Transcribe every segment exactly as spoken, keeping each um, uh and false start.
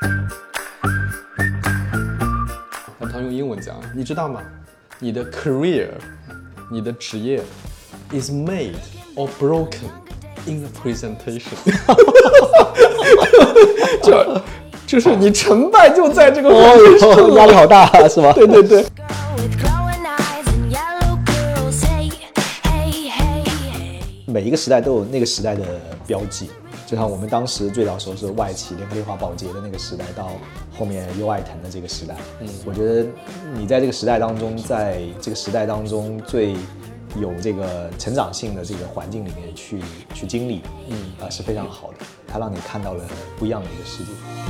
咱们用英文讲，你知道吗？你的 career， 你的职业 is made or broken in a presentation 就就是你成败就在这个环节上、 哦、压力好大是吧？ 对对对。 每一个时代都有那个时代的标记，就像我们当时最早时候是外企联合利华保洁的那个时代，到后面优爱腾的这个时代。嗯，我觉得你在这个时代当中，在这个时代当中最有这个成长性的这个环境里面去去经历，嗯啊、呃、是非常好的，它让你看到了不一样的一个世界。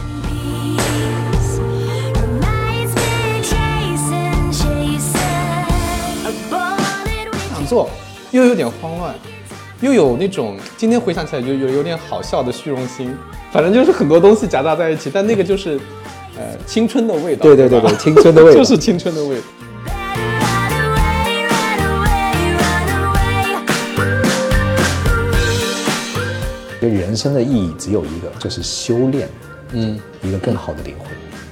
想做又有点慌乱，又有那种今天回想起来就有有点好笑的虚荣心，反正就是很多东西夹杂在一起，但那个就是呃青春的味道。 对对对对，青春的味道就是青春的味道。 就人生的意义只有一个，就是修炼，嗯，一个更好的灵魂。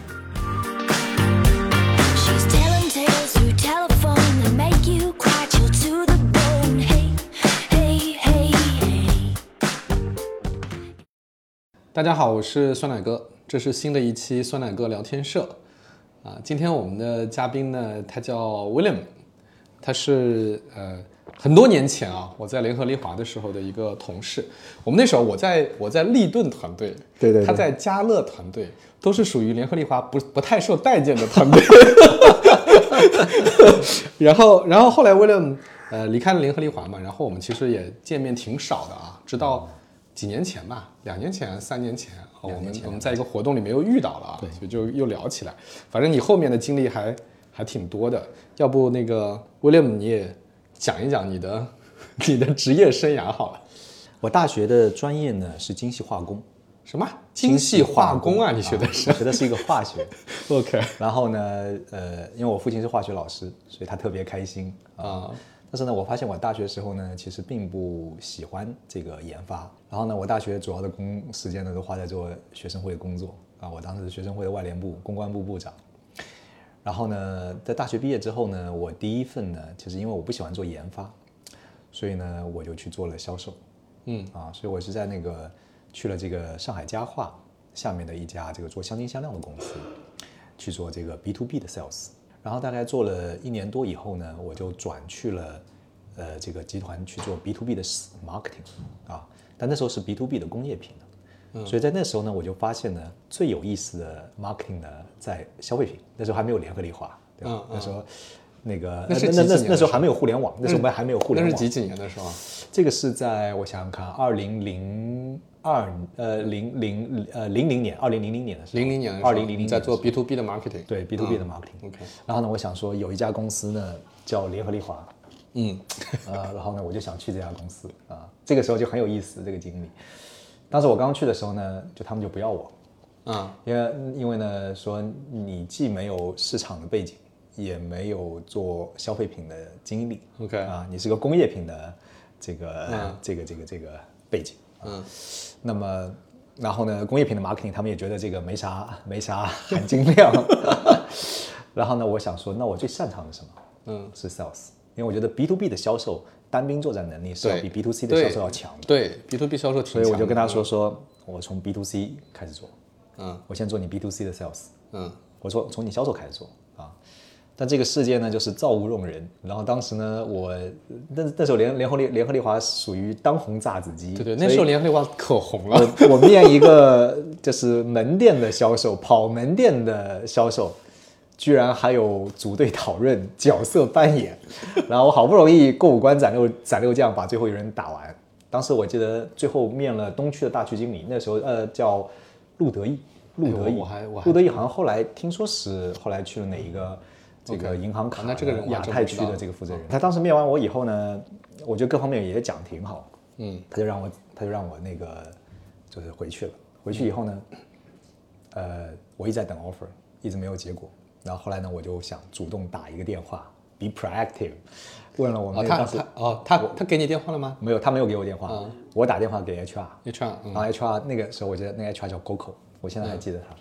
大家好，我是酸奶哥，这是新的一期酸奶哥聊天社啊。今天我们的嘉宾呢，他叫 William， 他是呃很多年前啊，我在联合利华的时候的一个同事。我们那时候我在我在立顿团队， 对对对， 他在嘉乐团队，都是属于联合利华不不太受待见的团队。然后然后后来 William 呃离开了联合利华嘛，然后我们其实也见面挺少的啊，直到几年前吧，两年前、三年前，我们我们在一个活动里面又遇到了啊，所以就又聊起来。反正你后面的经历还还挺多的，要不那个 William 你也讲一讲你的你的职业生涯好了。 我大学的专业呢是精细化工。 什么精细化工啊？你学的是？ 啊、学的是一个化学。 OK。 然后呢，呃，因为我父亲是化学老师，所以他特别开心啊。嗯，但是呢，我发现我大学时候呢，其实并不喜欢这个研发。然后呢，我大学主要的工时间呢，都花在做学生会的工作啊。我当时是学生会的外联部公关部部长。然后呢，在大学毕业之后呢，我第一份呢，其实因为我不喜欢做研发，所以呢，我就去做了销售。嗯啊，所以我是在那个去了这个上海家化下面的一家这个做香精香料的公司，去做这个 B to B 的 sales。然后大概做了一年多以后呢，我就转去了呃这个集团去做 B to B 的 marketing 啊，但那时候是 B to B 的工业品的。嗯，所以在那时候呢，我就发现呢，最有意思的 marketing 呢在消费品。那时候还没有联合利华，对吧？嗯嗯、那时候那个那是那那那时候还没有互联网，那时候我们还没有互联网。 那是几几年的时候？ 这个是在我想想看，二零零二呃零零呃零零年，二零零零年的时候， 零零年的时候， 二零零零在做 B to B 的 marketing， 对 B to B 的 marketing、嗯。OK。然后呢，我想说有一家公司呢叫联合利华，嗯，呃，然后呢我就想去这家公司啊，这个时候就很有意思这个经历。当时我刚去的时候呢，就他们就不要我，啊、嗯，因为因为呢说你既没有市场的背景，也没有做消费品的经历 ，OK 啊，你是个工业品的这个、嗯、这个这个这个背景，嗯，那么然后呢，工业品的 marketing 他们也觉得这个没啥没啥含金量，然后呢，我想说，那我最擅长的是什么？嗯，是 sales， 因为我觉得 B to B 的销售单兵作战能力是要比 B to C 的销售要强的， 对, 对 B to B 销售挺强的， 所以我就跟他说说，我从 B to C 开始做，嗯，我先做你 B to C 的 sales， 嗯，我说从你销售开始做啊。但这个世界呢，就是造物弄人。然后当时呢，我那那时候联联合利联合利华属于当红炸子鸡， 对对，那时候联合利华可红了。 我我面一个就是门店的销售，跑门店的销售，居然还有组队讨论、角色扮演。然后我好不容易过五关斩六斩六将，把最后一人打完。当时我记得最后面了东区的大区经理，那时候呃叫陆德义，陆德义，我还我还陆德义好像后来听说是后来去了哪一个。这个银行卡、 okay, 那这个人亚太区的这个负责人，他当时面完我以后呢，我觉得各方面也讲挺好，嗯，他就让我他就让我那个就是回去了。回去以后呢，呃，我一直在等 offer， 一直没有结果。然后后来呢，我就想主动打一个电话 ，be proactive， 问了我们、 哦、他他哦他他给你电话了吗？ 没有，他没有给我电话，嗯、我打电话给 H R，H R， 嗯、然后 H R 那个时候我记得那个 H R 叫 Coco， 我现在还记得他。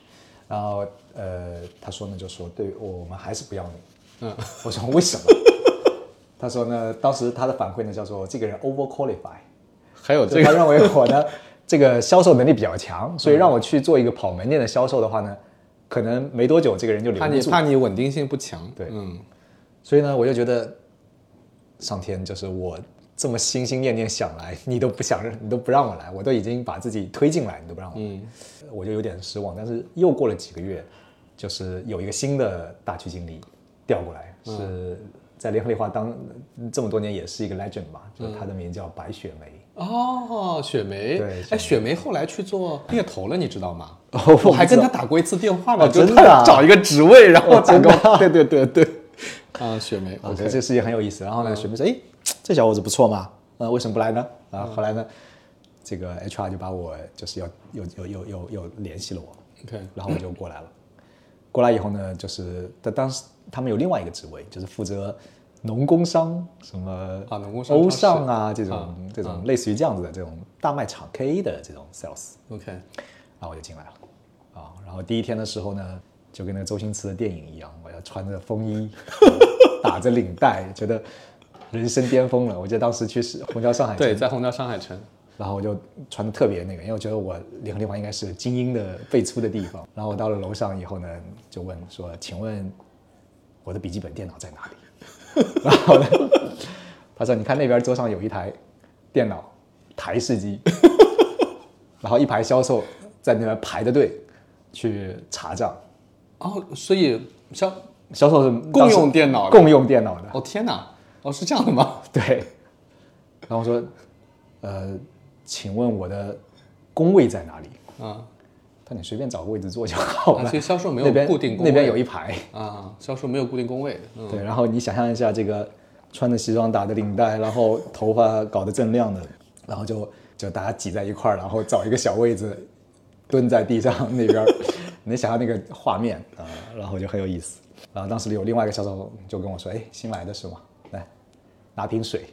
然后呃，他说呢就说对我们还是不要你。 嗯， 我说为什么？他说呢，当时他的反馈呢叫做这个人 over qualify， 还有这个， 他认为我的这个销售能力比较强，所以让我去做一个跑门店的销售的话呢，可能没多久这个人就留怕不住， 你怕你稳定性不强。 对， 嗯， 所以呢，我就觉得上天就是我这么心心念念想来，你都不想，你都不让我来，我都已经把自己推进来，你都不让我来，嗯，我就有点失望。但是又过了几个月，就是有一个新的大区经理调过来，是。嗯在联合利华当这么多年也是一个 legend 吧，就是他的名叫白雪梅。 哦，雪梅， 对， 哎，雪梅后来去做猎头了，你知道吗？ 哦、 我还跟他打过一次电话呢， 哦、真的、啊、 找一个职位，然后打个， 哦、 对对对对，啊，雪梅， 我觉得这个事情很有意思。然后呢，嗯、雪梅说，哎，这小伙子不错嘛，呃，为什么不来呢？啊，后来呢，这个 H R 就把我就是要有有有有有联系了我 ，OK， 然后我就过来了。过来以后呢，就是他当时他们有另外一个职位，就是负责农工商什么啊，农工商、 欧尚啊这种、 啊、 这种类似于这样子的这种大卖场 K A 的这种 sales。OK， 然后我就进来了啊。然后第一天的时候呢，就跟那个周星驰的电影一样，我要穿着风衣，打着领带，觉得人生巅峰了。我记得当时去虹桥上海城， 对，在虹桥上海城。 然后我就穿的特别那个，因为我觉得我联合利华应该是精英的辈出的地方。然后我到了楼上以后呢，就问说：“请问我的笔记本电脑在哪里？”然后呢，他说：“你看那边桌上有一台电脑，台式机，然后一排销售在那边排着队去查账。” 哦，所以销销售是共用电脑的， 共用电脑的。 哦天哪！哦，是这样的吗？ 对。然后说：“呃。”请问我的工位在哪里？啊，他你随便找个位置坐就好了。 啊、所以销售没有固定工位， 那边有一排啊，销售没有固定工位。 嗯、对，然后你想象一下，这个穿着西装打着领带，然后头发搞得锃亮的，然后就就大家挤在一块儿，然后找一个小位置蹲在地上那边，你想象那个画面啊，然后就很有意思。然后当时有另外一个销售就跟我说：“哎，新来的是吗？来拿瓶水。”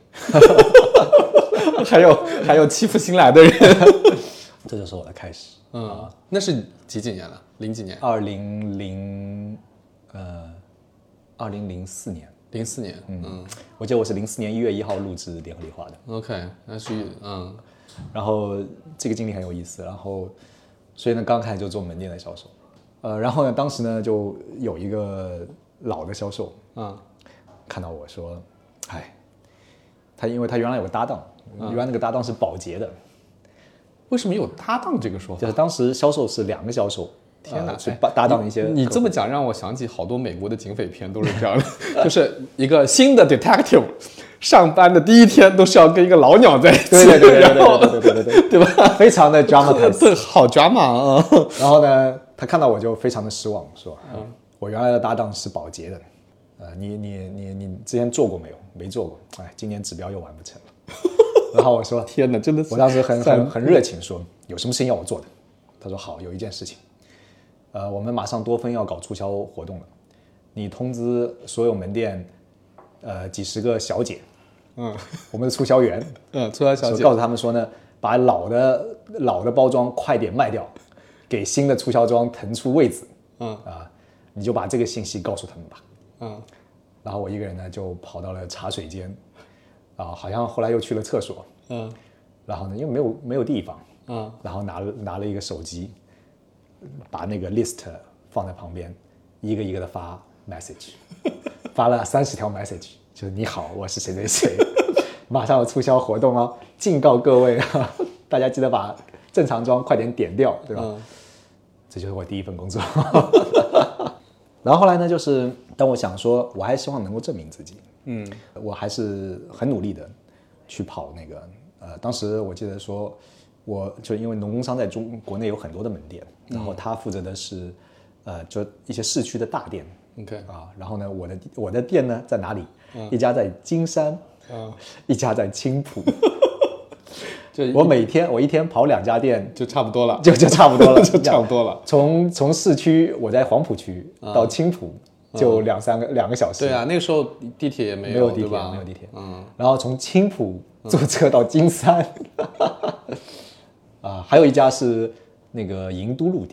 还有还有欺负新来的人， 这就是我的开始。 嗯，啊、那是几几年了？零几年？ 二零零呃，二零零四年。 零四年，嗯，嗯我记得我是零四年一月一号录制联合利华的。 OK， 那是嗯， 然后这个经历很有意思，然后所以呢，刚开始就做门店的销售，呃，然后呢，当时呢就有一个老的销售，嗯，看到我说，哎。他因为他原来有个搭档，原来那个搭档是保洁的。 为什么有搭档这个说法？ 就是当时销售是两个销售， 天哪， 去搭档一些。 你这么讲让我想起好多美国的警匪片都是这样的，就是一个新的 detective 上班的第一天都是要跟一个老鸟在一起， 对对对对对对对对对，对吧？非常的 dramatized， 对，好 drama 啊。 然后呢，他看到我就非常的失望，说：“嗯，我原来的搭档是保洁的。”呃，你你你你之前做过没有？没做过，哎，今年指标又完不成了。然后我说：“ 天哪，真的是！” 我当时很很很热情说：“有什么事情要我做的？”他说：“好，有一件事情，呃，我们马上多芬要搞促销活动了，你通知所有门店，呃，几十个小姐，嗯，我们的促销员， 嗯，促销小姐， 告诉他们说呢，把老的老的包装快点卖掉，给新的促销装腾出位置，嗯啊，你就把这个信息告诉他们吧。”嗯，然后我一个人呢就跑到了茶水间，啊，好像后来又去了厕所，嗯，然后呢因为没有没有地方，嗯，然后拿了拿了一个手机，把那个 list 放在旁边，一个一个的发 message， 发了三十条 message， 就是你好，我是谁谁谁，马上有促销活动哦，敬告各位啊，大家记得把正常装快点点掉，对吧？嗯，这就是我第一份工作。然后后来呢，就是当我想说，我还希望能够证明自己，嗯，我还是很努力的去跑那个，呃，当时我记得说，我就因为农工商在中国内有很多的门店，然后他负责的是，呃，就一些市区的大店 ，OK 啊，然后呢，我的我的店呢在哪里？嗯、一家在金山，嗯、一家在青浦。就我每天我一天跑两家店就差不多了， 就就差不多了， 就差不多了。 从从市区我在黄浦区到青浦就两三个、嗯、两个小时。 对啊，那个时候地铁也没有， 没有地铁，没有地铁。嗯，然后从青浦坐车到金山，嗯、啊，还有一家是那个银都路店，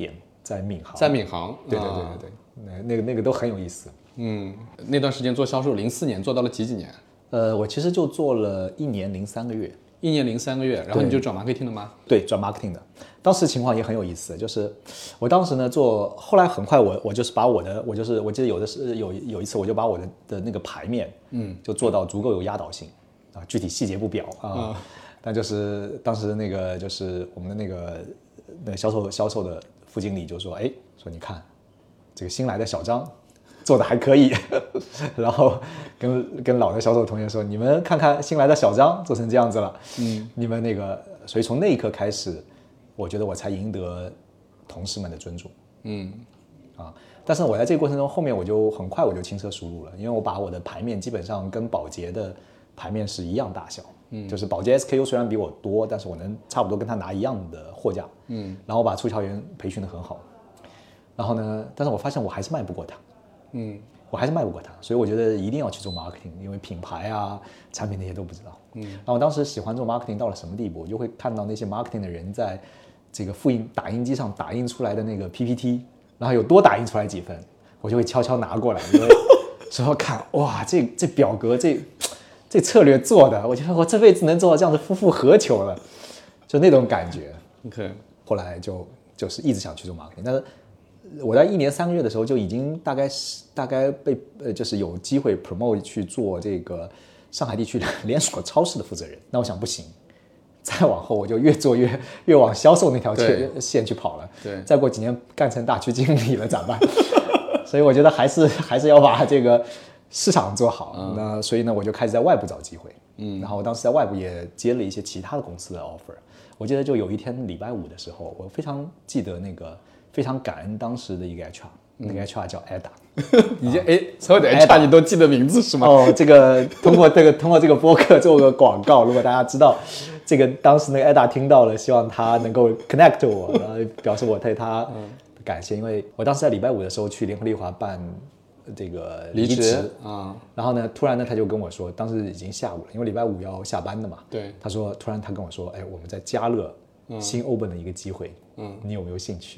在闵行， 在闵行， 对对对对对，那那个那个都很有意思。 嗯，那段时间做销售，零四年做到了几几年？ 呃，我其实就做了一年零三个月， 一年零三个月，然后你就转 marketing 了吗？ 对，转 marketing 的。当时情况也很有意思，就是我当时呢做，后来很快我我就是把我的，我就是我记得有的是有有一次我就把我的的那个牌面，嗯，就做到足够有压倒性啊，具体细节不表啊，嗯、但就是当时那个就是我们的那个那个销售销售的副经理就说，哎，说你看这个新来的小张做的还可以，然后跟跟老的销售同学说，你们看看新来的小张做成这样子了，嗯，你们那个，所以从那一刻开始，我觉得我才赢得同事们的尊重，嗯，啊，但是我在这个过程中，后面我就很快我就轻车熟路了，因为我把我的牌面基本上跟宝洁的牌面是一样大小，嗯，就是宝洁 S K U 虽然比我多，但是我能差不多跟他拿一样的货架，嗯，然后我把促销员培训得很好，然后呢，但是我发现我还是卖不过他。嗯，我还是卖不过他，所以我觉得一定要去做 marketing， 因为品牌啊、产品那些都不知道。嗯，然后我当时喜欢做 marketing 到了什么地步，我就会看到那些 marketing 的人在这个复印打印机上打印出来的那个 P P T， 然后有多打印出来几份，我就会悄悄拿过来，因为说看哇，这这表格这这策略做的，我觉得我这辈子能做到这样子，夫复何求了，就那种感觉。 OK， 后来就就是一直想去做 marketing， 但是。我在一年三个月的时候就已经大概大概被呃就是有机会 promote 去做这个上海地区连锁超市的负责人。那我想不行，再往后我就越做越越往销售那条线线去跑了。 对， 再过几年干成大区经理了咋办？所以我觉得还是还是要把这个市场做好。嗯、那所以呢，我就开始在外部找机会。嗯，然后我当时在外部也接了一些其他的公司的 offer。我记得就有一天礼拜五的时候，我非常记得那个。非常感恩当时的一个 H R，、嗯、那个 H R 叫 Ada， 你这哎，所有的 H R 你都记得名字是吗？ 哦，这个通过这个通过这个播客做个广告，如果大家知道这个当时那个 Ada 听到了，希望他能够 connect 我，然后表示我对他的感谢，因为我当时在礼拜五的时候去联合利华办这个离职啊、嗯，然后呢，突然呢他就跟我说，当时已经下午了，因为礼拜五要下班的嘛， 对， 他说突然他跟我说，哎，我们在家乐新 open 的一个机会，嗯，你有没有兴趣？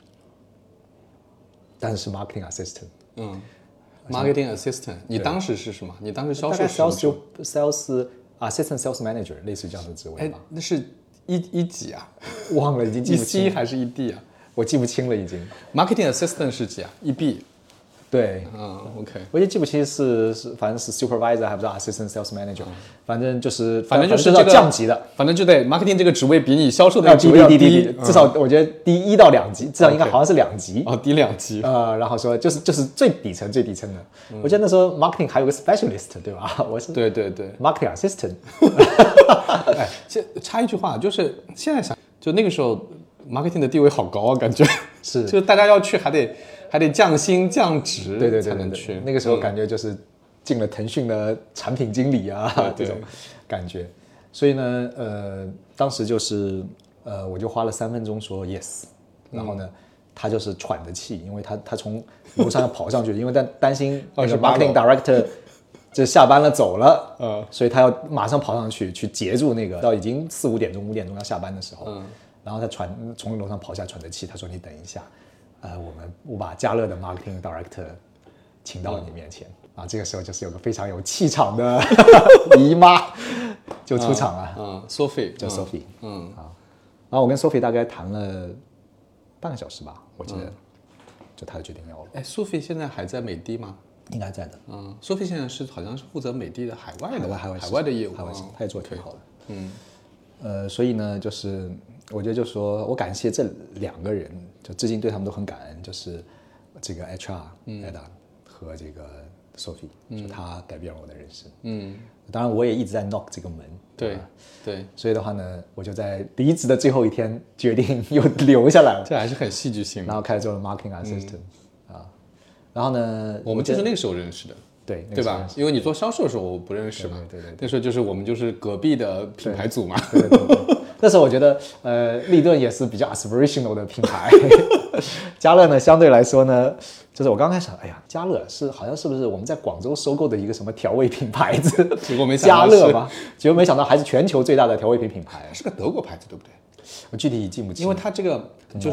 但是是 marketing assistant， 嗯 ，marketing assistant， 你当时是什么？你当时销售 sales sales assistant sales manager 类似这样的职位吧？ 哎，那是一一几啊？ 忘了，已经记不清。 一 C 还是一 D 啊？ 我记不清了，已经。 marketing assistant 是几啊？一 B。 对， 嗯 ，OK， 我也记不清是是，反正是 supervisor 还不知道 assistant sales manager，、嗯、反正就是反正就是要降级的， 反正就得 marketing 这个职位比你销售的职位要低低低，至少我觉得低一到两级，至少应该好像是两级哦，低两级呃，然后说就是就是最底层最底层的，嗯、我记得那时候 marketing 还有个 specialist 对吧？我是对对对 marketing assistant 。 哎，这插一句话，就是现在想，就那个时候 marketing 的地位好高啊，感觉是， 就大家要去还得。还得降薪降职， 对对对， 才能去。 那个时候感觉就是进了腾讯的产品经理啊、嗯、这种感觉，所以呢，呃，当时就是呃，我就花了三分钟说 yes， 然后呢，嗯、他就是喘着气，因为他他从楼上要跑上去，因为担担心那个 marketing director 就下班了走了，嗯，所以他要马上跑上去去截住那个，到已经四五点钟五点钟要下班的时候，嗯，然后他喘从楼上跑下喘着气，他说你等一下。呃，我们我把家乐的 marketing director 请到你面前、嗯、啊，这个时候就是有个非常有气场的姨妈就出场了， 嗯, 嗯 ，Sophie 叫 Sophie， 嗯啊，然后我跟 Sophie 大概谈了半个小时吧，我记得，嗯、就他就决定要我。 哎 ，Sophie 现在还在美的吗？ 应该在的， 嗯 ，Sophie 现在是好像是负责美的的海外的海外海外海外的业务， 海外他也做得挺好的， 嗯， 呃，所以呢，就是我觉得就说我感谢这两个人。就至今对他们都很感恩，就是这个 H R Ada、嗯、和这个 Sophie，、嗯、就他改变了我的人生。嗯，当然我也一直在 knock 这个门。 对对， 所以的话呢，我就在离职的最后一天决定又留下来了。 这还是很戏剧性的。 然后开始做了 marketing assistant、嗯、啊，然后呢， 我们就是那个时候认识的。 对对吧？因为你做销售的时候我不认识嘛， 对对 对, 对， 那时候就是我们就是隔壁的品牌组嘛。 对对对对对那时候我觉得，呃，立顿也是比较 aspirational 的品牌，家乐呢相对来说呢，就是我刚开始，哎呀，家乐是好像是不是我们在广州收购的一个什么调味品牌子？ 结果没想到家乐吧，结果没想到还是全球最大的调味品品牌， 是个德国牌子，对不对？ 我具体记不清， 因为它这个就是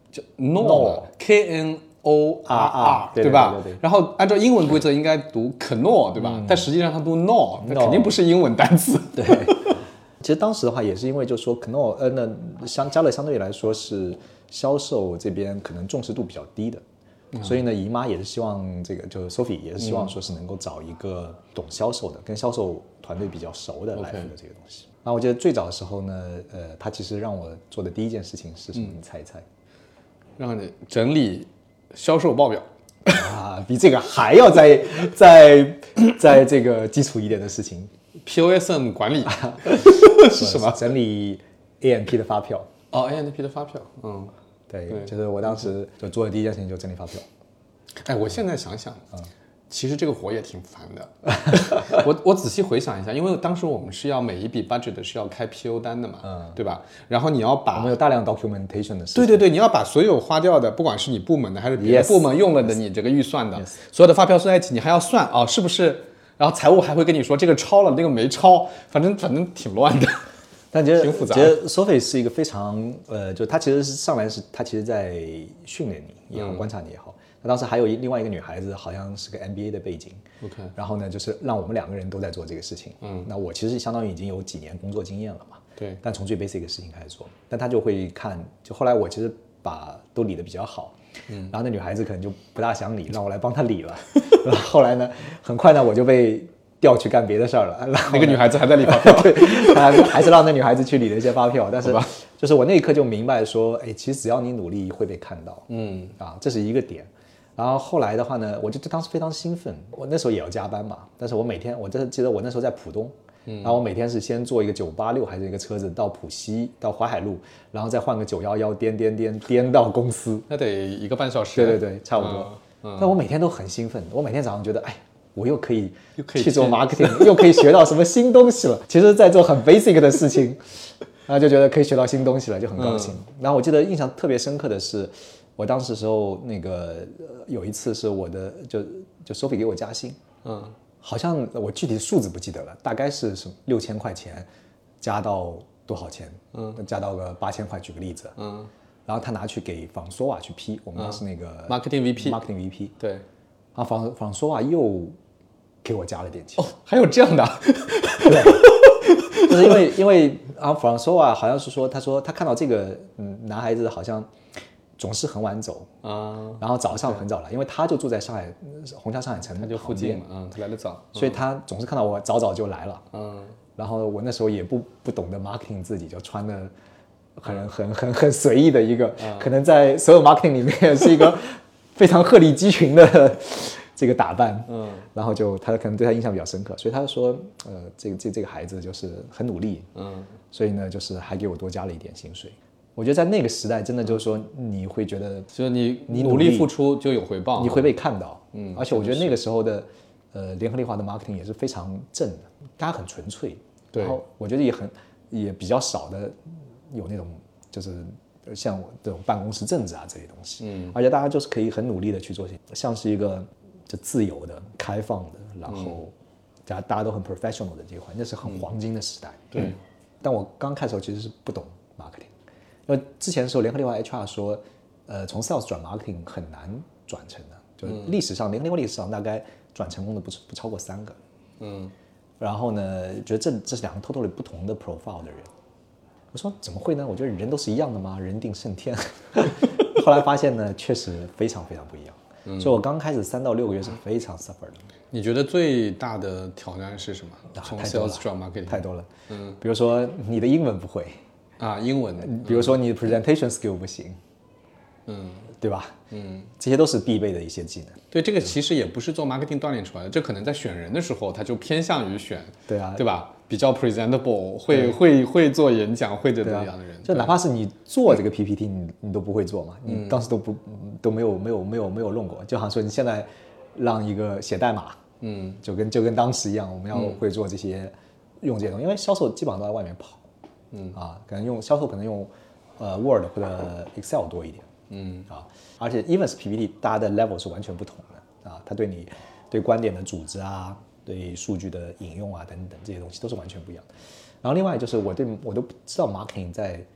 叫 Knorr，K N O R R， 对吧？ 对对对对， 然后按照英文规则应该读 Knorr， 对吧？嗯、但实际上它读 Knorr， 那肯定不是英文单词。 对，其实当时的话也是因为就说 Knorr， 呃，那相加勒相对来说是销售这边可能重视度比较低的。嗯、所以呢，姨妈也是希望这个，就是 Sophie 也是希望说是能够找一个懂销售的，嗯、跟销售团队比较熟的来负责这个东西。那我记得最早的时候呢，呃，他其实让我做的第一件事情是什么？嗯、你猜一猜？ 让你整理销售报表啊，比这个还要再再再这个基础一点的事情 ，P O S M 管理是什么？ 整理 A M P 的发票。 哦 ，A M P 的发票，嗯。 对，对就是我当时就做的第一件事情就整理发票。 哎，我现在想想，嗯，其实这个活也挺烦的。我我仔细回想一下，因为当时我们是要每一笔 budget 是要开 P O 单的嘛，嗯，对吧？然后你要把我们有大量 documentation 的事情。 对对对，你要把所有花掉的，不管是你部门的还是别的部门用了的，你这个预算的 yes. 所有的发票算在一起，你还要算啊、哦，是不是？然后财务还会跟你说这个超了，那个没超，反正反正挺乱的。 但其实挺复杂。 其实 Sophie 是一个非常呃，就他其实是上来是他其实在训练你也好，观察你也好。他当时还有一另外一个女孩子，好像是个 M B A 的背景。 OK。 然后呢，就是让我们两个人都在做这个事情。嗯。那我其实相当于已经有几年工作经验了嘛。 对。 但从最 basic 的事情开始做，但他就会看，就后来我其实把都理得比较好。嗯。然后那女孩子可能就不大想理，让我来帮她理了。然后后来呢，很快呢我就被调去干别的事儿了。 那个女孩子还在理发票， 对，还是让那女孩子去理了一些发票。但是就是我那一刻就明白说，哎，其实只要你努力会被看到，嗯啊，这是一个点。然后后来的话呢，我就当时非常兴奋，我那时候也要加班嘛，但是我每天，我真的记得我那时候在浦东，嗯，然后我每天是先坐一个九八六还是一个车子到浦西到淮海路，然后再换个九一一颠颠颠颠到公司， 那得一个半小时。 对对对，差不多。嗯嗯、但我每天都很兴奋，我每天早上觉得，哎。我又可以去做 marketing， 又可以学到什么新东西了。其实在做很 basic 的事情，然后就觉得可以学到新东西了，就很高兴。嗯、然后我记得印象特别深刻的是，我当时时候那个有一次是我的就就 Sophie 给我加薪，嗯，好像我具体数字不记得了，大概是什么六千块钱加到多少钱？嗯，加到个八千块，举个例子，嗯，然后他拿去给仿索瓦去批，我们当时那个 marketing V P，marketing V P， 对， 然后仿仿索瓦又给我加了点钱哦，还有这样的、啊， 对，就是因为因为啊，弗朗索瓦好像是说，他说他看到这个嗯男孩子好像总是很晚走啊，然后早上很早来，因为他就住在上海虹桥上海城， 他就附近嘛，嗯，他来的早， 所以他总是看到我早早就来了，嗯，然后我那时候也不不懂得 marketing， 自己就穿的很很很很随意的一个，嗯、可能在所有 marketing 里面是一个非常鹤立鸡群的。这个打扮，嗯，然后就他可能对他印象比较深刻，所以他就说，呃，这个这这个孩子就是很努力，嗯，所以呢，就是还给我多加了一点薪水。我觉得在那个时代，真的就是说，你会觉得， 就是你你努力付出就有回报， 你会被看到，嗯，而且我觉得那个时候的，呃，联合利华的 marketing 也是非常正的，大家很纯粹， 对， 然后我觉得也很也比较少的有那种就是像我这种办公室政治啊这些东西，嗯，而且大家就是可以很努力的去做，像是一个。就自由的、开放的，然后大家大家都很 professional 的这一块，那是很黄金的时代。 对、嗯， 但我刚开始的时候其实是不懂 marketing， 因为之前的时候联合利华 H R 说，呃，从 sales 转 marketing 很难转成的，就历史上联合利华历史上大概转成功的不不超过三个。嗯，然后呢，觉得这这是两个 totally 不同的 profile 的人。我说怎么会呢？我觉得人都是一样的吗？人定胜天。后来发现呢，确实非常非常不一样。嗯、所以我刚开始三到六个月是非常 suffer 的。 你觉得最大的挑战是什么？ 啊、 从 sales 转 marketing 太多了。嗯，比如说你的英文不会啊，英文， 比如说你的 presentation skill 不行，嗯，对吧？嗯，这些都是必备的一些技能。 对，这个其实也不是做 marketing 锻炼出来的，这可能在选人的时候，他就偏向于选， 对啊， 对吧？比较 presentable， 会会会做演讲，会这样的人。 就哪怕是你做这个 P P T， 你你都不会做嘛，你当时都不都没有没有没有没有弄过，就好像说你现在让一个写代码，嗯，就跟就跟当时一样，我们要会做这些用这些东西，因为销售基本上都在外面跑，嗯啊，可能用销售可能用呃 Word 或者 Excel 多一点，嗯啊，而且 even 是 P P T， 大家的 level 是完全不同的啊，它对你对观点的组织啊。对数据的引用啊等等这些东西都是完全不一样的。然后另外就是我对我都不知道 marketing 在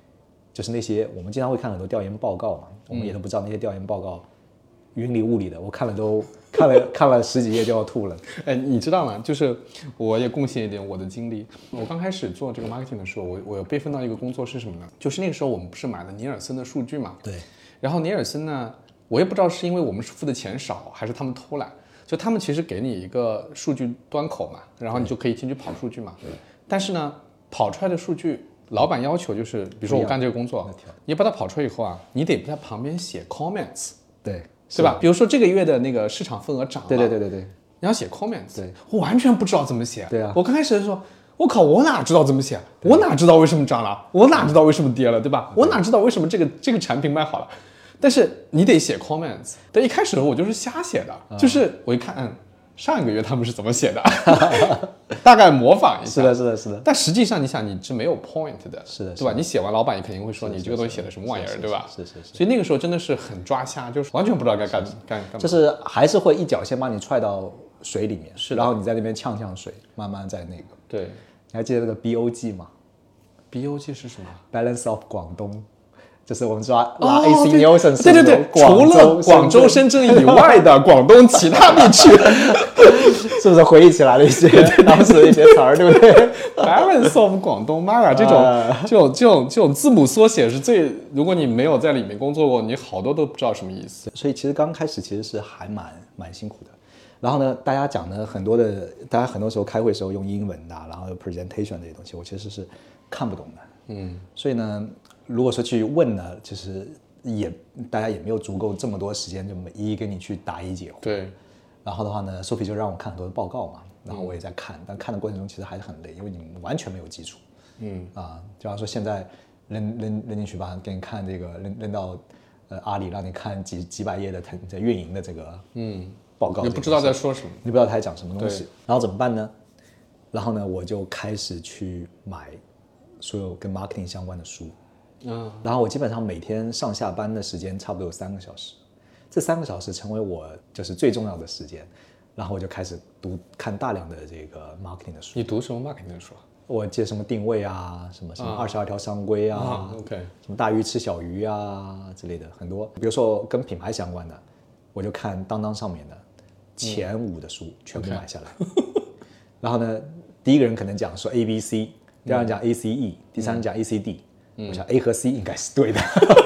就是那些我们经常会看很多调研报告嘛，我们也都不知道那些调研报告云里雾里的，我看了都看了看了十几页就要吐了。 哎，你知道吗？就是我也贡献一点我的经历。我刚开始做这个 marketing 的时候，我我有被分到一个工作是什么呢？就是那个时候我们不是买了尼尔森的数据嘛？ 对。 然后尼尔森呢，我也不知道是因为我们付的钱少，还是他们偷懒，就他们其实给你一个数据端口嘛，然后你就可以进去跑数据嘛。但是呢，跑出来的数据，老板要求就是，比如说我干这个工作，你把它跑出来以后啊，你得在旁边写 comments。 对。 对吧？比如说这个月的那个市场份额涨了， 对对对对对， 你要写 comments， 对， 我完全不知道怎么写。 对啊， 我刚开始的时候，我靠，我哪知道怎么写？我哪知道为什么涨了？我哪知道为什么跌了？对吧？我哪知道为什么这个这个产品卖好了？但是你得写 comments。但一开始我就是瞎写的，嗯、就是我一看，嗯，上一个月他们是怎么写的，大概模仿一下。 是的，是的，是的。 但实际上你想，你是没有 point 的， 是的， 对吧？你写完，老板也肯定会说你这个东西写的什么玩意儿，对吧？ 是是是。 所以那个时候真的是很抓瞎，就是完全不知道该干干干嘛。 就是还是会一脚先把你踹到水里面，是，然后你在那边呛呛水，慢慢在那个。 对， 你还记得那个 B O G 吗 ？B O G 是什么 ？Balance of 广东。就是我们抓拉 A C Nielsen， 对对对，除了广州、深圳以外的广东其他地区， 是不是回忆起来了一些当时的一些词儿，对不对 ？Balance of 广东，妈呀，这种这种这种这种字母缩写是最，如果你没有在里面工作过，你好多都不知道什么意思。 所以其实刚开始其实是还蛮蛮辛苦的。然后呢，大家讲的很多的，大家很多时候开会的时候用英文的，然后 presentation 这些东西，我其实是看不懂的。嗯，所以呢。如果说去问呢，其实也大家也没有足够这么多时间，就一一跟你去答疑解惑。 对。 然后的话呢 ，Sophie 就让我看很多的报告嘛，然后我也在看，嗯、但看的过程中其实还是很累，因为你完全没有基础。嗯。啊，就像说现在扔扔扔进去吧，给你看这个扔扔到呃阿里，让你看几几百页的在运营的这个嗯报告， 你不知道在说什么， 你不知道他在讲什么东西，然后怎么办呢？然后呢，我就开始去买所有跟 marketing 相关的书。嗯，然后我基本上每天上下班的时间差不多有三个小时，这三个小时成为我就是最重要的时间，然后我就开始读看大量的这个 marketing 的书。 你读什么 marketing 的书？ 我记得什么定位啊，什么什么二十二条商规啊， 啊 ，OK， 什么大鱼吃小鱼啊之类的很多。比如说跟品牌相关的，我就看当当上面的前五的书、嗯、全部买下来。Okay. 然后呢，第一个人可能讲说 A B C， 第二人讲 A C E，、嗯、第三人讲 A C D。嗯、我想 A 和 C 应该是对的，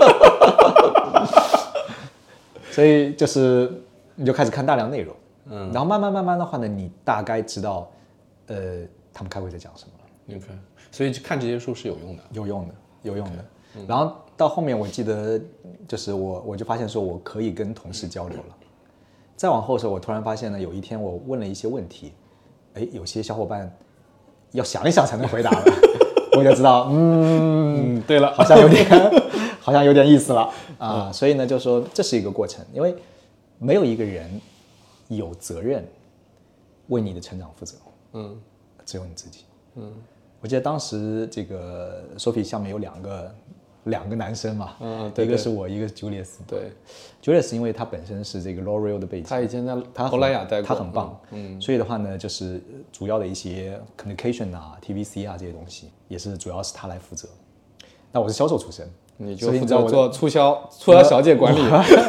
所以就是你就开始看大量内容，嗯，然后慢慢慢慢的话呢，你大概知道，呃，他们开会在讲什么了。 OK， 所以看这些书是有用的， 有用的，有用的。Okay, 嗯、然后到后面我记得，就是我我就发现说我可以跟同事交流了。再往后的时候，我突然发现呢，有一天我问了一些问题，哎，有些小伙伴要想一想才能回答了。我就知道，嗯， 对了， 好像有点，好像有点意思了啊。嗯、所以呢，就说这是一个过程，因为没有一个人有责任为你的成长负责，嗯，只有你自己，嗯。我记得当时这个 Sophie 下面有两个两个男生嘛，嗯，对对，一个是我，一个是 Julius， 对 ，Julius 因为他本身是这个 L'Oreal 的背景， 他以前在欧莱雅待过， 他很棒，嗯，所以的话呢，就是主要的一些 communication 啊、T V C 啊这些东西，也是主要是他来负责。那我是销售出身， 你就负责做促销、促销小姐管理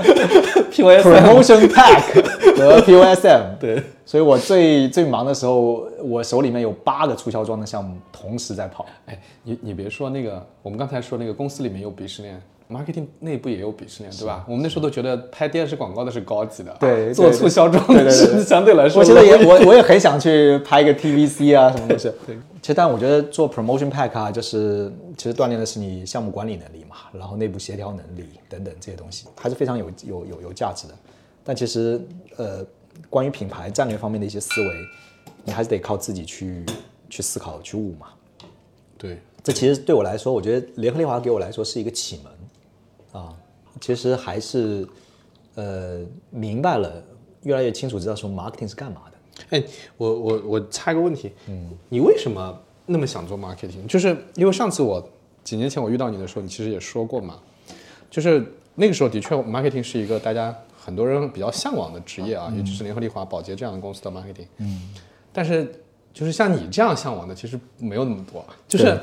，P O S M、Promotion Pack 和 P O S M， 对， 所以我最最忙的时候，我手里面有八个促销装的项目同时在跑。 哎，你你别说那个，我们刚才说那个公司里面有鄙视链。marketing 内部也有鄙视链，对吧？我们那时候都觉得拍电视广告的是高级的， 对， 做促销装的是相对来说。 我觉得也我我也很想去拍一个 T V C 啊，什么东西。对，其实但我觉得做 promotion pack 啊，就是其实锻炼的是你项目管理能力嘛，然后内部协调能力等等这些东西，还是非常有有有有价值的。但其实呃，关于品牌战略方面的一些思维，你还是得靠自己去去思考去悟嘛。 对， 这其实对我来说，我觉得联合利华给我来说是一个启蒙。啊，其实还是，呃，明白了，越来越清楚知道说 marketing 是干嘛的。 哎，我我我插一个问题，嗯，你为什么那么想做 marketing？ 就是因为上次我几年前我遇到你的时候，你其实也说过嘛，就是那个时候的确 marketing 是一个大家很多人比较向往的职业啊，嗯、尤其是联合利华、宝洁这样的公司的 marketing， 嗯，但是就是像你这样向往的其实没有那么多，就是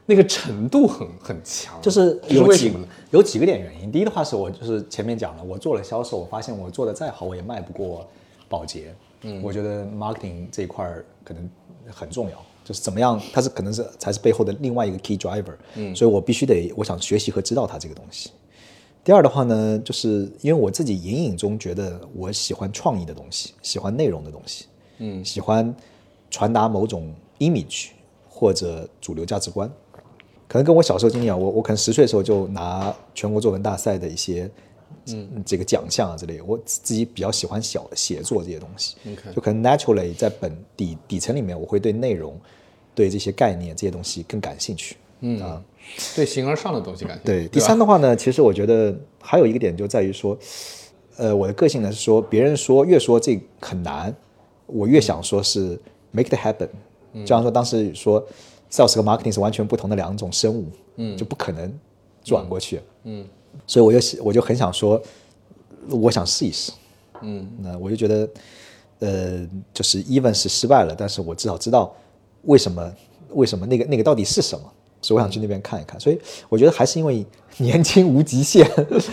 那个程度很很强， 就是是有几为什么呢？ 有几个点原因。第一的话是我就是前面讲了，我做了销售，我发现我做的再好，我也卖不过宝洁。嗯，我觉得 marketing 这一块可能很重要，就是怎么样，它是可能是才是背后的另外一个 key driver。嗯，所以我必须得，我想学习和知道它这个东西。第二的话呢，就是因为我自己隐隐中觉得我喜欢创意的东西，喜欢内容的东西，嗯，喜欢传达某种 image 或者主流价值观。可能跟我小时候经历啊，我我可能十岁的时候就拿全国作文大赛的一些嗯这个奖项啊之类的，我自己比较喜欢小写作这些东西， Okay. 就可能 naturally 在本底底层里面，我会对内容、对这些概念这些东西更感兴趣。 嗯啊，对形而上的东西感兴趣。 对，第三的话呢，其实我觉得还有一个点就在于说，呃，我的个性呢是说，别人说越说这很难，我越想说是 make it happen。就像说当时说 sales 和 marketing 是完全不同的两种生物，嗯，就不可能转过去，嗯，嗯所以我就我就很想说，我想试一试，嗯，那我就觉得，呃，就是 even 是失败了，但是我至少知道为什么为什么那个那个到底是什么。所以我想去那边看一看，所以我觉得还是因为年轻无极限，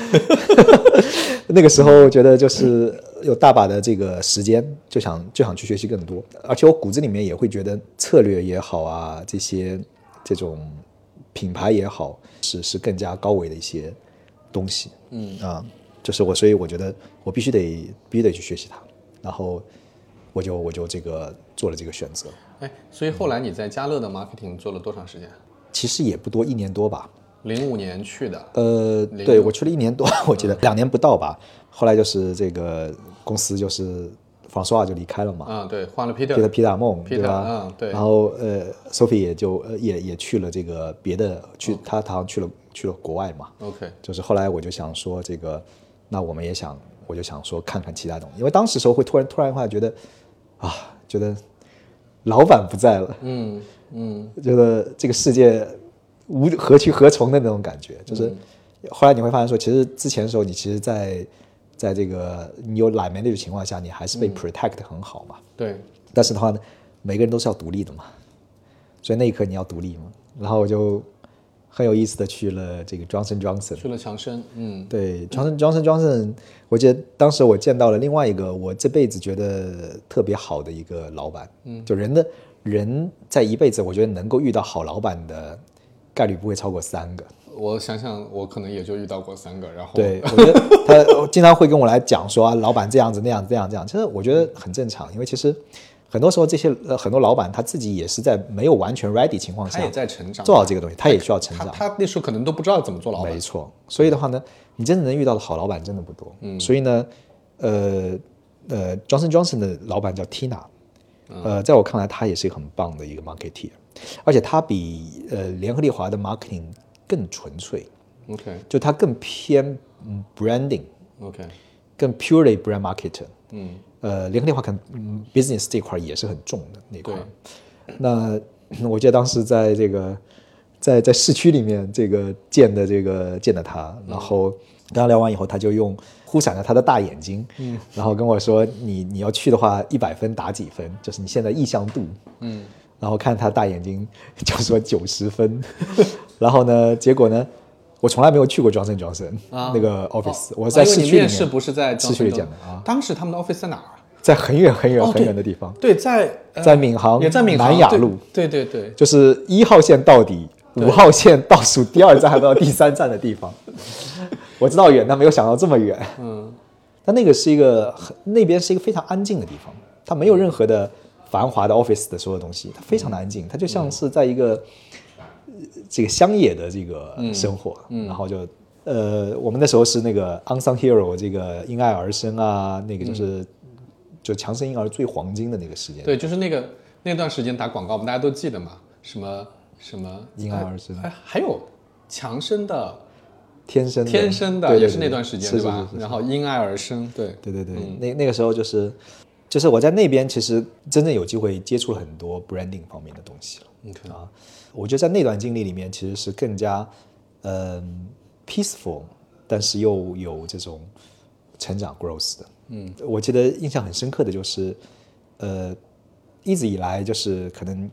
那个时候觉得就是有大把的这个时间，就想就想去学习更多，而且我骨子里面也会觉得策略也好啊，这些这种品牌也好，是是更加高维的一些东西，嗯啊，就是我，所以我觉得我必须得必须得去学习它，然后我就我就这个做了这个选择。 哎，所以后来你在家乐的 marketing 做了多长时间？ 其实也不多，一年多吧。 零五年去的。 呃，对，我去了一年多，我记得、嗯、两年不到吧。后来就是这个公司就是方索瓦就离开了嘛。 嗯，对，换了 Peter。 Peter Peter Amon， 对吧？ 嗯，对。 然后呃 ，Sophie 也就呃也也去了这个别的，去、okay. 他他好像去了去了国外嘛。 OK。 就是后来我就想说这个，那我们也想，我就想说看看其他东西，因为当时时候会突然突然的话觉得啊，觉得老板不在了。嗯。嗯，觉得这个世界无何去何从的那种感觉，就是后来你会发现说，其实之前的时候，你其实在在这个你有 line manager 的情况下，你还是被 protect 得很好嘛。 嗯、对。 但是的话呢，每个人都是要独立的嘛，所以那一刻你要独立嘛。然后我就很有意思的去了这个 Johnson Johnson， 去了强生。嗯， 对 ，Johnson Johnson Johnson， 我记得当时我见到了另外一个我这辈子觉得特别好的一个老板，嗯，就人的。人在一辈子，我觉得能够遇到好老板的概率不会超过三个。 我想想，我可能也就遇到过三个。然后， 对，我觉得他经常会跟我来讲说、啊，老板这样子、那样、这样、这样。其实我觉得很正常，因为其实很多时候这些、呃、很多老板他自己也是在没有完全 ready 情况下， 他也在成长， 做好这个东西，他也需要成长。 他, 他那时候可能都不知道怎么做老板。 没错，所以的话呢，你真的能遇到的好老板真的不多。嗯，所以呢，呃呃 ，Johnson Johnson 的老板叫 Tina。呃，在我看来，他也是一个很棒的一个 marketeer， 而且他比呃联合利华的 marketing 更纯粹。 OK， 就他更偏、嗯、branding。OK， 更 purely brand marketer。嗯，呃，联合利华可能、嗯、business 这块也是很重的那块。那我记得当时在这个在在市区里面这个见的这个见的他，然后跟他聊完以后，他就用忽闪着他的大眼睛，嗯，然后跟我说：“你你要去的话，一百分打几分？就是你现在意向度，嗯，然后看他大眼睛就说九十分，然后呢，结果呢，我从来没有去过 Johnson Johnson、啊、那个 office，、哦、我在市区里面， 面试不是在市区里讲的啊。 当时他们的 office 在哪儿？ 在很远很远很远的地方，哦、 对, 对，在、呃、 在闵行， 也在闵行南雅路， 对对 对, 对， 就是一号线到底，五号线倒数第二站还不到第三站的地方。我知道远，但没有想到这么远。嗯，但那个是一个那边是一个非常安静的地方，它没有任何的繁华的 office 的所有东西，它非常的安静，它就像是在一个、嗯、这个乡野的这个生活。嗯，然后就呃，我们那时候是那个 unsung hero 这个因爱而生啊，那个就是、嗯、就强生婴儿最黄金的那个时间。 对，就是那个那段时间打广告，我们大家都记得嘛，什么什么因爱而生， 哎，还有强生的。 天生的， 天生的， 对对对， 也是那段时间，对吧？ 是是是是， 然后因爱而生，对对对对，嗯、那那个时候就是，就是我在那边其实真正有机会接触了很多 branding 方面的东西了。Okay. 啊，我觉得在那段经历里面其实是更加嗯、呃、peaceful， 但是又有这种成长 growth 的。嗯，我记得印象很深刻的就是，呃，一直以来就是可能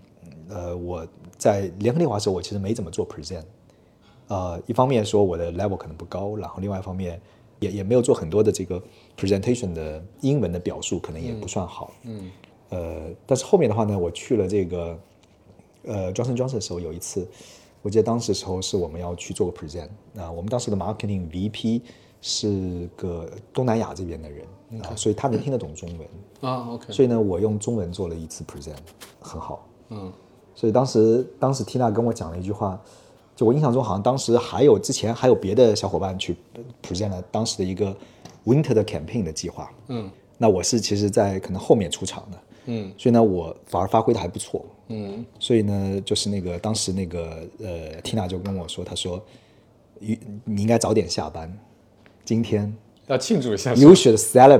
呃，我在联合利华的时候，我其实没怎么做 present。呃，一方面说我的 level 可能不高，然后另外一方面也也没有做很多的这个 presentation 的英文的表述，可能也不算好。嗯。呃，但是后面的话呢，我去了这个呃 Johnson Johnson 的时候，有一次，我记得当时的时候是我们要去做个 present 啊、呃，我们当时的 marketing V P 是个东南亚这边的人啊、呃，所以他能听得懂中文啊。OK。 所以呢，我用中文做了一次 present， 很好。 嗯。所以当时当时 Tina 跟我讲了一句话。就我印象中，好像当时还有之前还有别的小伙伴去 present 了当时的一个 winter 的 campaign 的计划。 嗯， 那我是其实在可能后面出场的。 嗯， 所以呢，我反而发挥的还不错。 嗯， 所以呢，就是那个当时那个呃 Tina 就跟我说，他说，你你应该早点下班，今天要庆祝一下。 You should celebrate 。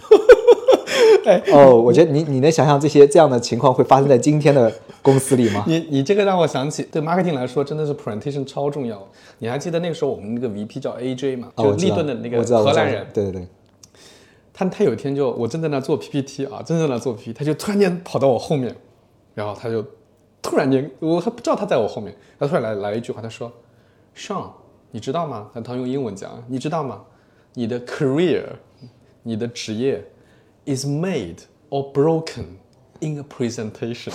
哦，我觉得你你能想象这些这样的情况会发生在今天的公司里吗？ 你你这个让我想起，对 marketing 来说真的是 presentation 超重要。你还记得那个时候我们那个 V P 叫 A J 吗？就立顿的那个荷兰人。 对对对。 他他有一天就我正在那做 P P T 啊，正在那做 P P T， 他就突然间跑到我后面，然后他就突然间我还不知道他在我后面，他突然来来一句话，他说 ：“Sean， 你知道吗？”他用英文讲，你知道吗？你的 career， 你的职业。is made or broken in a presentation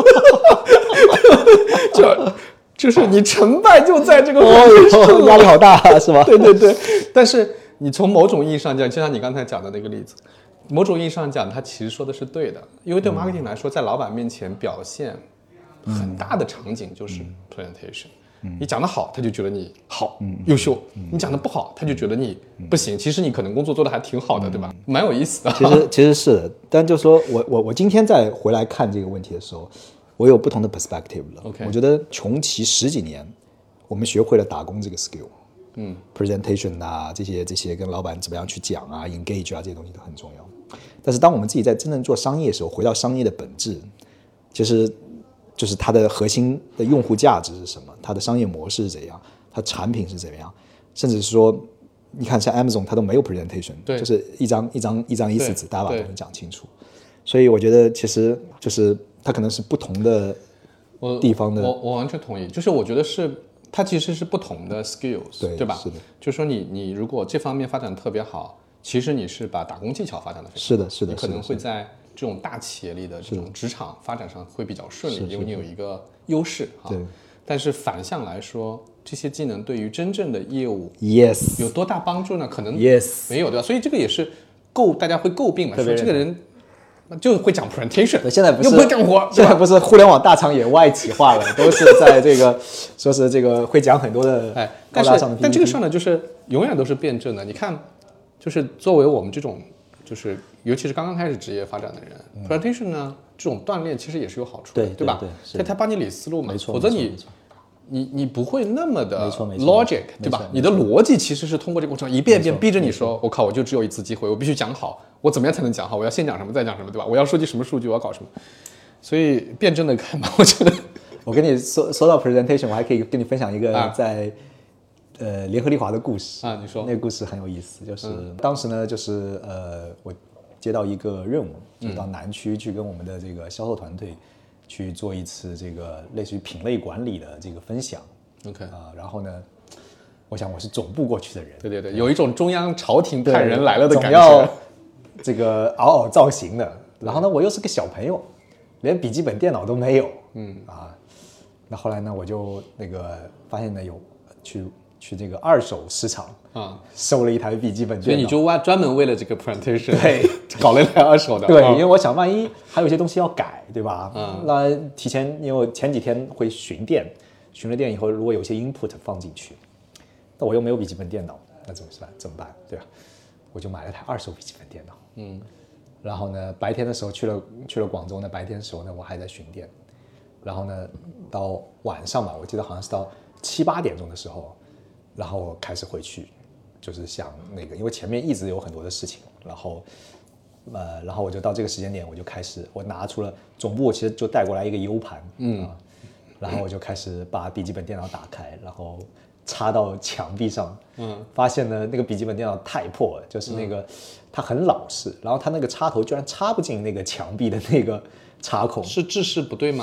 就就是你成败就在这个哦，压力好大是吧？ 对对对。但是你从某种意义上讲，就像你刚才讲的那个例子，某种意义上讲，他其实说的是对的，因为对 marketing 来说，在老板面前表现很大的场景就是 presentation。你讲得好，他就觉得你好、嗯、优秀；嗯、你讲得不好，他就觉得你不行。其实你可能工作做得还挺好的，嗯、对吧？蛮有意思的。 其实其实是的，但就说我我我今天再回来看这个问题的时候，我有不同的 perspective 了。 Okay. 我觉得穷其十几年，我们学会了打工这个 skill， 嗯 ，presentation 啊，这些这些跟老板怎么样去讲啊 ，engage 啊，这些东西都很重要。但是当我们自己在真正做商业的时候，回到商业的本质，其实。就是它的核心的用户价值是什么？它的商业模式是怎样？它产品是怎么样？甚至是说，你看像 Amazon 它都没有 presentation， 对， 就是一张一张一张 A 四 纸，大家把东西讲清楚。所以我觉得其实就是它可能是不同的地方的。 我 我, 我完全同意，就是我觉得是它其实是不同的 skills， 对, 对吧？ 是的。 就是说你你如果这方面发展特别好，其实你是把打工技巧发展的非常好。 是的，是的， 你可能会在这种大企业里的这种职场发展上会比较顺利，因为你有一个优势哈。 对。 但是反向来说，这些技能对于真正的业务 ，yes， 有多大帮助呢？可能 yes 没有，对吧？所以这个也是诟大家会诟病嘛，说这个人就会讲 presentation， 现在不是又不会干活， 现在不是互联网大厂也外企化了，都是在这个说是这个会讲很多的哎， 高大上的 P P T。 但这个事儿呢，就是永远都是辩证的。你看，就是作为我们这种。就是尤其是刚刚开始职业发展的人、嗯、presentation 呢这种锻炼其实也是有好处的， 对, 对吧？ 对， 他帮你理思路嘛， 没错， 否则你你你不会那么的 logic， 对吧？你的逻辑其实是通过这个过程一遍一遍逼着你说，我靠，我就只有一次机会，我必须讲好，我怎么样才能讲好？我要先讲什么，再讲什么，对吧？我要收集什么数据，我要搞什么？所以辩证的看吧，我觉得。 我跟你说说到 presentation， 我还可以跟你分享一个在、啊。呃，联合利华的故事啊，你说那个故事很有意思，就是、嗯、当时呢，就是呃，我接到一个任务，就到南区去跟我们的这个销售团队去做一次这个类似于品类管理的这个分享。 OK 啊、呃，然后呢，我想我是总部过去的人， 对对对，有一种中央朝廷派人来了的感觉， 总要这个嗷嗷造型的。然后呢，我又是个小朋友，连笔记本电脑都没有，嗯啊，那后来呢，我就那个发现呢有去。去这个二手市场啊，收了一台笔记本电脑， 所以你就挖专门为了这个 presentation， 对， 搞了一台二手的。 对，因为我想万一还有些东西要改，对吧？ 嗯， 那提前，因为我前几天会巡店，巡了店以后，如果有些 input 放进去，那我又没有笔记本电脑，那怎么办？怎么办？对吧？我就买了台二手笔记本电脑。嗯，然后呢，白天的时候去了去了广州呢，白天的时候呢，我还在巡店，然后呢，到晚上吧，我记得好像是到七八点钟的时候。然后开始回去，就是想那个，因为前面一直有很多的事情，然后，呃，然后我就到这个时间点，我就开始，我拿出了总部，我其实就带过来一个 U 盘，嗯、啊，然后我就开始把笔记本电脑打开，然后插到墙壁上，嗯，发现呢那个笔记本电脑太破了，就是那个、嗯、它很老式，然后它那个插头居然插不进那个墙壁的那个插孔， 是制式不对吗？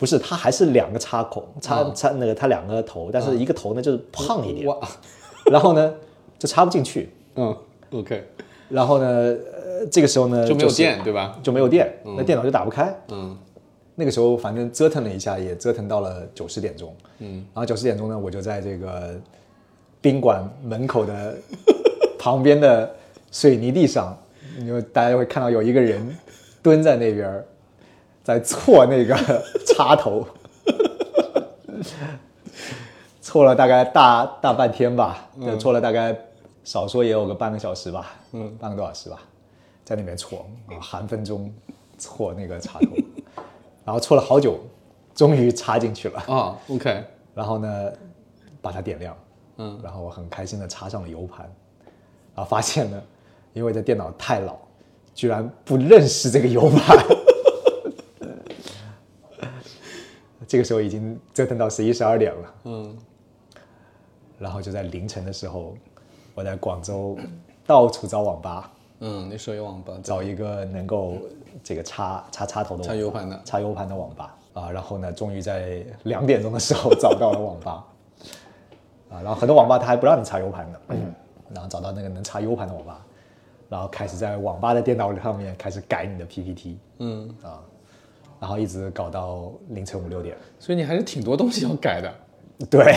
不是，它还是两个插口，插插那个它两个头，但是一个头呢就是胖一点，然后呢就插不进去。 嗯 ，OK。 然后呢，呃，这个时候呢就没有电，就是、对吧？ 就没有电， 嗯、 那电脑就打不开。 嗯。 那个时候反正折腾了一下，也折腾到了九十点钟。 嗯。 然后九十点钟呢，我就在这个宾馆门口的旁边的水泥地上，你就大家会看到有一个人蹲在那边，在搓那个插头，搓了大概大大半天吧，就搓了大概少说也有个半个小时吧，嗯，半个多小时吧，在那边搓啊，含分钟搓那个插头，然后搓了好久，终于插进去了啊、哦、，OK， 然后呢，把它点亮， 嗯， 然后我很开心的插上了 U 盘，然后发现呢，因为这电脑太老，居然不认识这个 U 盘。这个时候已经折腾到十一十二点了，嗯，然后就在凌晨的时候，我在广州到处找网吧， 嗯，那时候有网吧， 找一个能够这个插插插头的插 U 盘的插 U 盘的网吧啊，然后呢，终于在两点钟的时候找到了网吧，啊，然后很多网吧它还不让你插 U 盘的，嗯，然后找到那个能插 U 盘的网吧，然后开始在网吧的电脑上面开始改你的 P P T， 嗯啊。然后一直搞到凌晨五六点， 所以你还是挺多东西要改的。 对，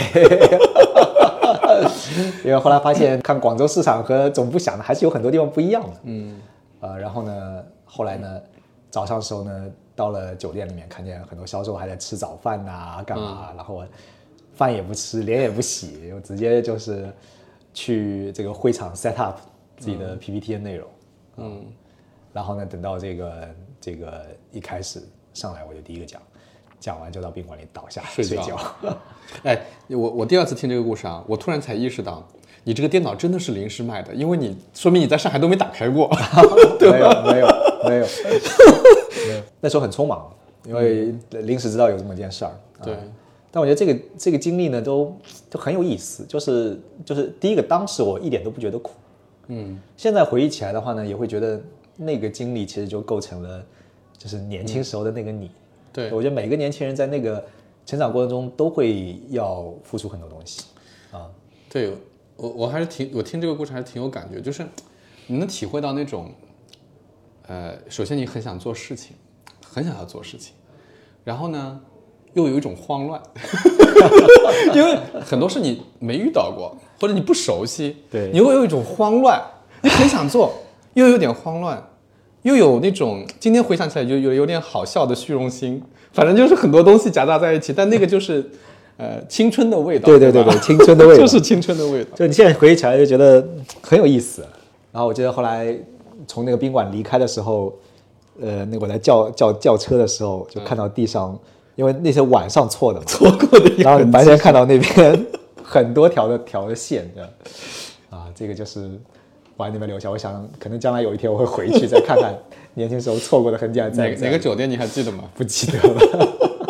因为后来发现看广州市场和总部想的还是有很多地方不一样的。嗯，呃，然后呢，后来呢，早上的时候呢，到了酒店里面，看见很多销售还在吃早饭呐、啊，干嘛？嗯、然后我饭也不吃，脸也不洗，我直接就是去这个会场 set up 自己的 P P T 的内容。嗯，嗯然后呢，等到这个这个一开始。上来我就第一个讲，讲完就到宾馆里倒下睡觉。睡觉哎，我我第二次听这个故事啊，我突然才意识到，你这个电脑真的是临时买的，因为你说明你在上海都没打开过。 没有没有没有没有，那时候很匆忙，因为临时知道有这么件事儿。 对、 嗯，但我觉得这个这个经历呢，都都很有意思。就是就是第一个，当时我一点都不觉得苦。嗯，现在回忆起来的话呢，也会觉得那个经历其实就构成了。就是年轻时候的那个你，嗯、 对， 我觉得每个年轻人在那个成长过程中都会要付出很多东西，啊， 对我我还是挺我听这个故事还是挺有感觉，就是你能体会到那种，呃，首先你很想做事情，很想要做事情，然后呢，又有一种慌乱，因为很多事你没遇到过，或者你不熟悉， 对， 你会有一种慌乱，你很想做，又有点慌乱。又有那种今天回想起来就有有点好笑的虚荣心，反正就是很多东西夹杂在一起，但那个就是呃青春的味道。 对对对对，青春的味道就是青春的味道。 就你现在回忆起来就觉得很有意思。然后我记得后来从那个宾馆离开的时候，呃，那我在叫叫叫车的时候，就看到地上，嗯、因为那是晚上错的嘛， 错过的， 然后白天看到那边很多条的条的线，这样啊，这个就是。我在那边留下，我想可能将来有一天我会回去再看看年轻时候错过的痕迹还在不在。 哪个酒店你还记得吗？ 不记得了。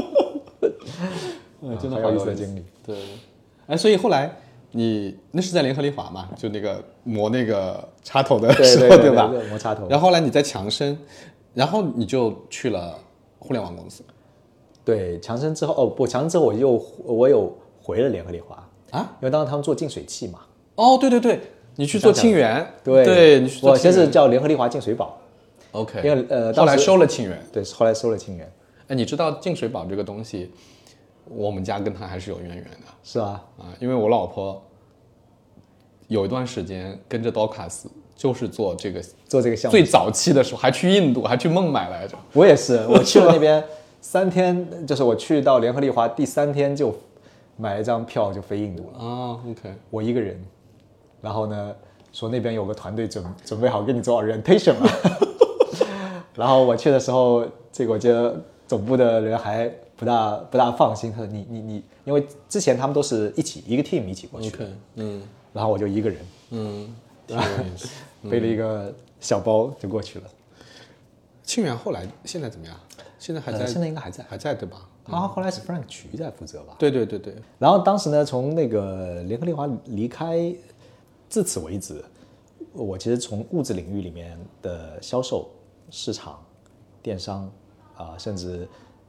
嗯，真的好有意思的经历。 对，哎，所以后来你那是在联合利华嘛？就那个磨那个插头的时候， 对, 对, 对, 对吧？ 磨插头。 然后后来你在强生，然后你就去了互联网公司。 对，强生之后哦不，强生之后我又我有回了联合利华啊， 因为当时他们做净水器嘛。 哦，对对对。你去做清源， 对， 对你去做我先是叫联合利华净水宝 ，OK， 因为呃， 后来收了清源， 对，后来收了清源。 哎，你知道净水宝这个东西，我们家跟它还是有渊源的， 是啊， 啊，因为我老婆有一段时间跟着 Dorcas 就是做这个做这个项目， 最早期的时候还去印度，还去孟买来着。 我也是，我去了那边三天，就是我去到联合利华第三天就买了一张票就飞印度了啊 ，OK， 我一个人。然后呢，说那边有个团队准准备好给你做 orientation 了。然后我去的时候，这个我觉得总部的人还不大不大放心，他说你你你，因为之前他们都是一起一个 team 一起过去 ，OK， 嗯， 然后我就一个人， 嗯， 背了一个小包就过去了。 清源后来现在怎么样？现在还在？呃、 现在应该还在， 还在对吧？ 他后来是 Frank 徐在负责吧？ 对对对对。 然后当时呢，从那个联合利华离开。至此为止，我其实从物质领域里面的销售、市场、电商啊、呃，甚至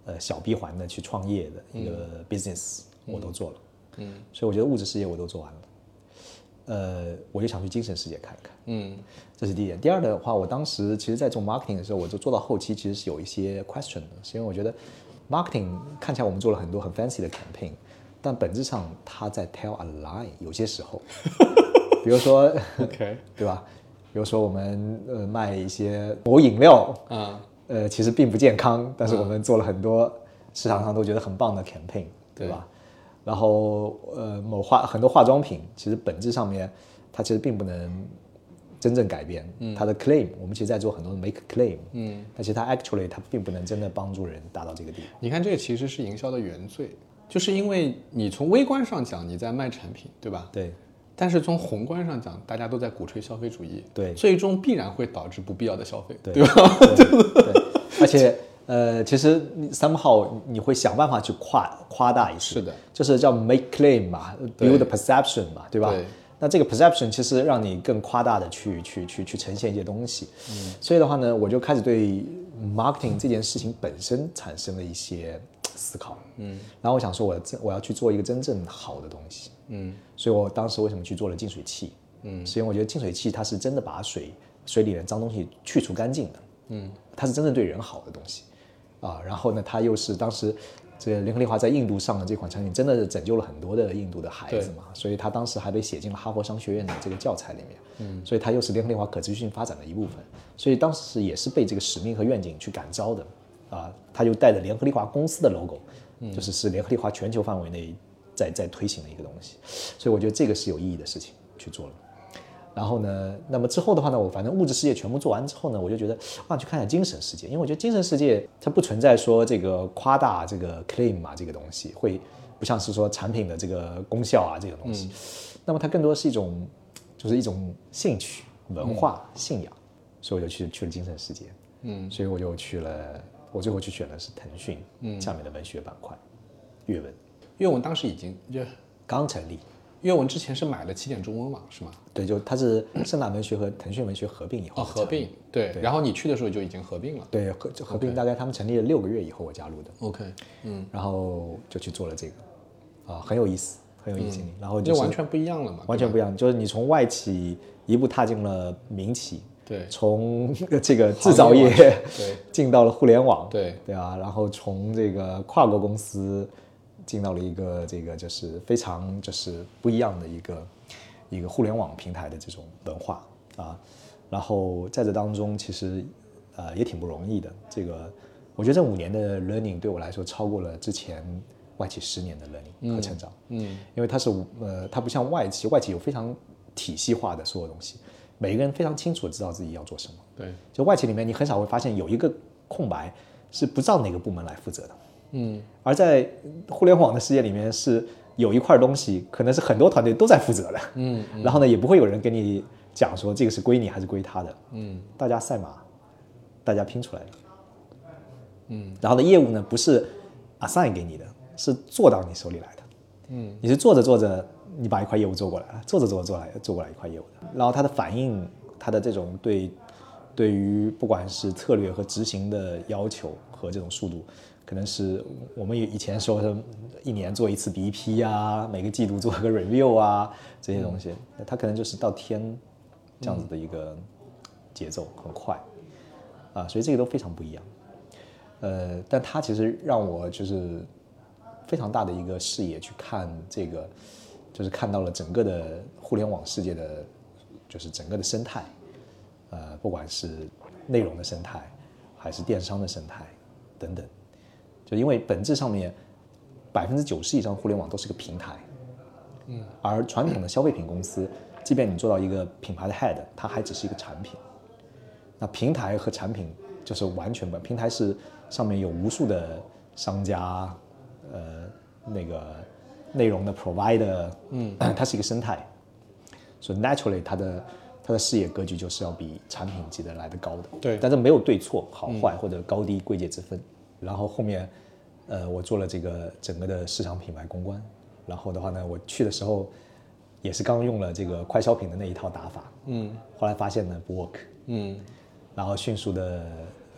呃小闭环的去创业的一个 business，、嗯、我都做了，嗯，所以我觉得物质世界我都做完了，呃，我就想去精神世界看一看，嗯，这是第一点。第二的话，我当时其实在做 marketing 的时候，我就做到后期其实是有一些 question 的，是因为我觉得 marketing 看起来我们做了很多很 fancy 的 campaign， 但本质上它在 tell a lie， 有些时候，比如说，OK， 对吧？比如说我们呃卖一些某饮料，啊、嗯，呃，其实并不健康，但是我们做了很多市场上都觉得很棒的 campaign， 对吧？然后呃，某化很多化妆品，其实本质上面它其实并不能真正改变、嗯、它的 claim。我们其实在做很多 make claim， 嗯，但其实它 actually 它并不能真的帮助人达到这个地步。 你看，这个其实是营销的原罪，就是因为你从微观上讲你在卖产品，对吧？ 对。 但是从宏观上讲，大家都在鼓吹消费主义， 对， 最终必然会导致不必要的消费， 对, 对吧？ 对, 对, 对，而且。呃，其实 somehow 你会想办法去夸夸大一些， 是的， 就是叫 make claim 嘛 ，build perception 嘛，对吧？ 对。 那这个 perception 其实让你更夸大的去去去去呈现一些东西，嗯，所以的话呢，我就开始对 marketing 这件事情本身产生了一些思考，嗯，然后我想说我我要去做一个真正好的东西，嗯，所以我当时为什么去做了净水器，嗯，是因为我觉得净水器它是真的把水水里的脏东西去除干净的，嗯，它是真正对人好的东西。啊，然后呢，它又是当时这个联合利华在印度上的这款产品，真的是拯救了很多的印度的孩子嘛，所以它当时还被写进了哈佛商学院的这个教材里面，嗯，所以它又是联合利华可持续性发展的一部分，所以当时也是被这个使命和愿景去感召的，啊，它就带着联合利华公司的 logo，嗯，就是是联合利华全球范围内在在推行的一个东西，所以我觉得这个是有意义的事情去做了。然后呢，那么之后的话呢，我反正物质世界全部做完之后呢，我就觉得啊，去看看精神世界，因为我觉得精神世界它不存在说这个夸大这个 claim 啊这个东西，会不像是说产品的这个功效啊这个东西，嗯、那么它更多是一种就是一种兴趣、文化、嗯、信仰，所以我就去去了精神世界，嗯，所以我就去了，我最后去选的是腾讯下面的文学板块，阅文， 阅文当时已经就刚成立。 阅文之前是买了起点中文网是吗？ 对，就它是盛大文学和腾讯文学合并以后哦，合并 对, 对，然后你去的时候就已经合并了， 对，合就合并大概他们成立了六个月以后我加入的 ，OK， 嗯， 然后就去做了这个，啊，很有意思，很有意思，嗯、然后就完全不一样了嘛， 完全不一样，就是你从外企一步踏进了民企， 对， 从这个制造业对进到了互联网， 对对啊，然后从这个跨国公司。进到了一个这个就是非常就是不一样的一个一个互联网平台的这种文化啊，然后在这当中其实呃也挺不容易的。这个我觉得这五年的 learning 对我来说超过了之前外企十年的 learning 和成长，嗯，嗯因为它是呃它不像外企，外企有非常体系化的所有东西，每一个人非常清楚的知道自己要做什么。 对， 就外企里面你很少会发现有一个空白是不知道哪个部门来负责的。嗯，而在互联网的世界里面，是有一块东西，可能是很多团队都在负责的，嗯，嗯然后呢，也不会有人跟你讲说这个是归你还是归他的，嗯，大家赛马，大家拼出来的，嗯，然后呢，业务呢不是 assign 给你的，是做到你手里来的，嗯，你是做着做着，你把一块业务做过来了，做着做着做来做过来一块业务的，然后它的反应，它的这种对对于不管是策略和执行的要求和这种速度。可能是我们以前说是一年做一次 B P 啊，每个季度做个 review 啊，这些东西，嗯、它可能就是到天这样子的一个节奏，很快啊，所以这个都非常不一样。呃，但它其实让我就是非常大的一个视野去看这个，就是看到了整个的互联网世界的，就是整个的生态，呃，不管是内容的生态，还是电商的生态等等。就因为本质上面，百分之九十以上互联网都是个平台，嗯，而传统的消费品公司，即便你做到一个品牌的 head， 它还只是一个产品。那平台和产品就是完全不，平台是上面有无数的商家，呃，那个内容的 provider， 嗯，它是一个生态，所以 naturally 它的它的视野格局就是要比产品级的来得高的， 对， 但是没有对错好坏或者高低贵贱之分。然后后面，呃，我做了这个整个的市场品牌公关，然后的话呢，我去的时候也是刚用了这个快消品的那一套打法，嗯，后来发现呢不 work， 嗯，然后迅速的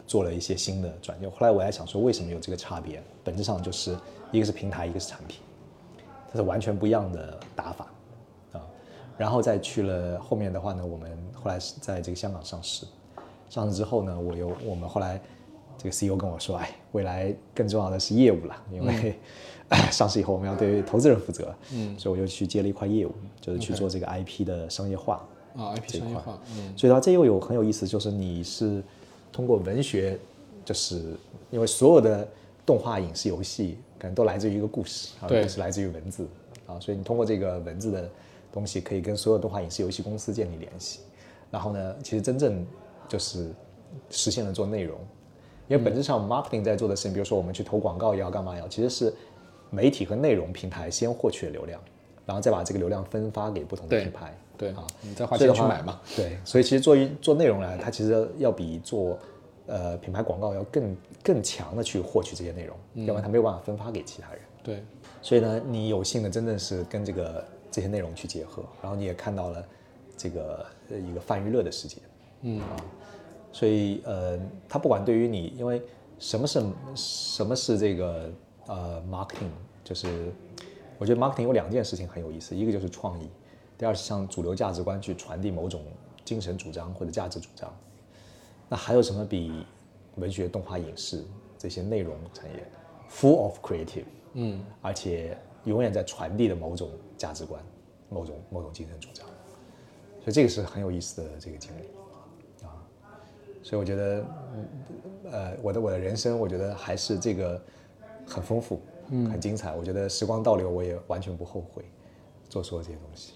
做了一些新的转变。后来我在想说，为什么有这个差别？本质上就是一个是平台，一个是产品，它是完全不一样的打法啊。然后再去了后面的话呢，我们后来是在这个香港上市，上市之后呢，我有我们后来这个 C E O 跟我说，哎，未来更重要的是业务了，因为、嗯、上市以后我们要对投资人负责，嗯，所以我就去接了一块业务，就是去做这个 I P 的商业化。 啊 ，I P 商业化， 嗯，所以它这又有很有意思，就是你是通过文学，就是因为所有的动画、影视、游戏可能都来自于一个故事，而不是来自于文字啊，所以你通过这个文字的东西，可以跟所有动画、影视、游戏公司建立联系。然后呢，其实真正就是实现了做内容，因为本质上 marketing 在做的事情，比如说我们去投广告也要干嘛也要，其实是媒体和内容平台先获取了流量，然后再把这个流量分发给不同的品牌。 对啊，你再花钱去买嘛。 对，所以其实做做内容来，它其实要比做呃品牌广告要更更强的去获取这些内容，嗯、要不然它没有办法分发给其他人。 对， 所以呢，你有幸的真正是跟这个这些内容去结合，然后你也看到了这个一个泛娱乐的世界。嗯啊，所以呃，它不管对于你，因为什么是什么是这个呃 marketing， 就是我觉得 marketing 有两件事情很有意思，一个就是创意。第二是向主流价值观去传递某种精神主张或者价值主张。那还有什么比文学、动画、影视这些内容产业 full of creative， 嗯，而且永远在传递的某种价值观、某种某种精神主张。所以这个是很有意思的这个经历啊。所以我觉得，呃，我的我的人生，我觉得还是这个很丰富，嗯，很精彩。我觉得时光倒流，我也完全不后悔做所有这些东西。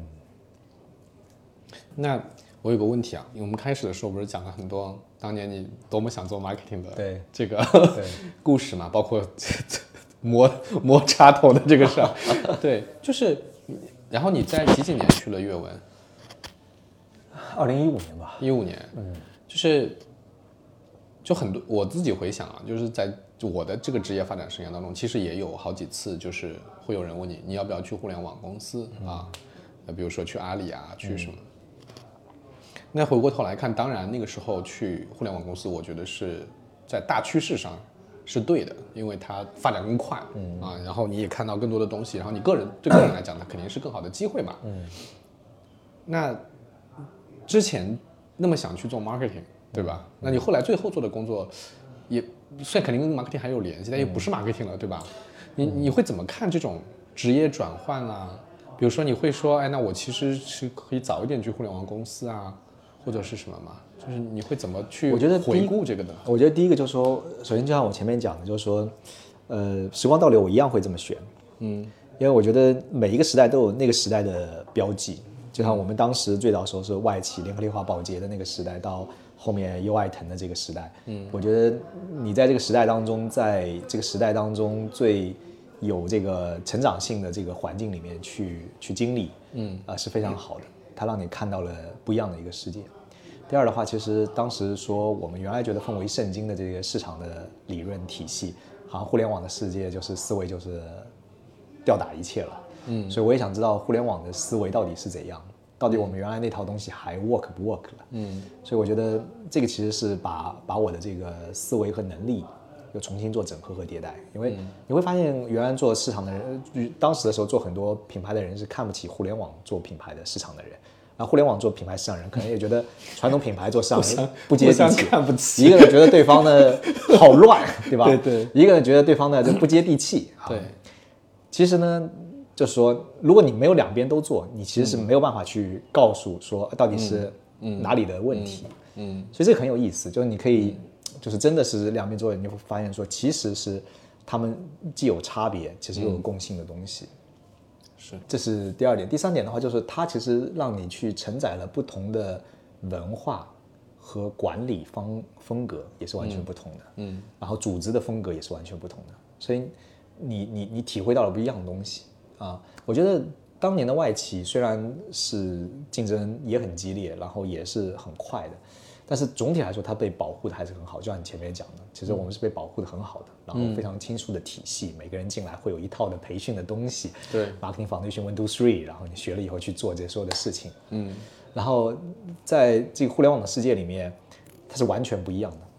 那我有个问题啊，因为我们开始的时候不是讲了很多当年你多么想做 marketing 的这个故事嘛，包括磨磨插头的这个事儿。对，就是，然后你在几几年去了阅文？ 二零一五年吧。 一五年，嗯，就是就很多我自己回想啊，就是在我的这个职业发展生涯当中，其实也有好几次，就是会有人问你，你要不要去互联网公司啊？那比如说去阿里啊，去什么？嗯，那回过头来看，当然那个时候去互联网公司，我觉得是在大趋势上是对的，因为它发展更快，嗯啊，然后你也看到更多的东西，然后你个人对个人来讲，它肯定是更好的机会嘛。嗯。那之前那么想去做 marketing， 对吧？那你后来最后做的工作，也虽然肯定跟 marketing 还有联系，但也不是 marketing 了，对吧？你你会怎么看这种职业转换啊？比如说你会说，哎，那我其实是可以早一点去互联网公司啊？或者是什么嘛？就是你会怎么去回顾这个的？ 我觉得第一个就是说，首先就像我前面讲的，就是说，呃，时光倒流我一样会这么选，嗯，因为我觉得每一个时代都有那个时代的标记，就像我们当时最早的时候是外企、联合利华、宝洁的那个时代，到后面优爱腾的这个时代，嗯，我觉得你在这个时代当中，在这个时代当中最有这个成长性的这个环境里面去去经历，嗯啊、呃、是非常好的。它让你看到了不一样的一个世界。第二的话，其实当时说我们原来觉得奉为圣经的这个市场的理论体系，好像互联网的世界就是思维就是吊打一切了。嗯，所以我也想知道互联网的思维到底是怎样，到底我们原来那套东西还 work 不 work 了。嗯，所以我觉得这个其实是把把我的这个思维和能力又重新做整合和迭代，因为你会发现原来做市场的人，当时的时候做很多品牌的人是看不起互联网做品牌的市场的人，然后互联网做品牌市场人可能也觉得传统品牌做市场人不接地气， 看不起。 一个人觉得对方呢好乱，对吧？ 对对。 一个人觉得对方呢就不接地气。 对。 其实呢，就是说，如果你没有两边都做，你其实是没有办法去告诉说到底是哪里的问题。嗯。嗯所以这个很有意思，就是你可以。就是真的是两边做，你会发现说，其实是他们既有差别，其实又有共性的东西。 是， 这是第二点。第三点的话，就是它其实让你去承载了不同的文化和管理方风格，也是完全不同的。嗯，嗯然后组织的风格也是完全不同的，所以你你你体会到了不一样的东西啊。我觉得当年的外企虽然是竞争也很激烈，然后也是很快的。但是总体来说，它被保护的还是很好，就像你前面讲的，其实我们是被保护的很好的，然后非常清楚的体系，每个人进来会有一套的培训的东西， 对 ，marketing foundation one two three， 然后你学了以后去做这所有的事情，嗯，然后在这个互联网的世界里面，它是完全不一样的，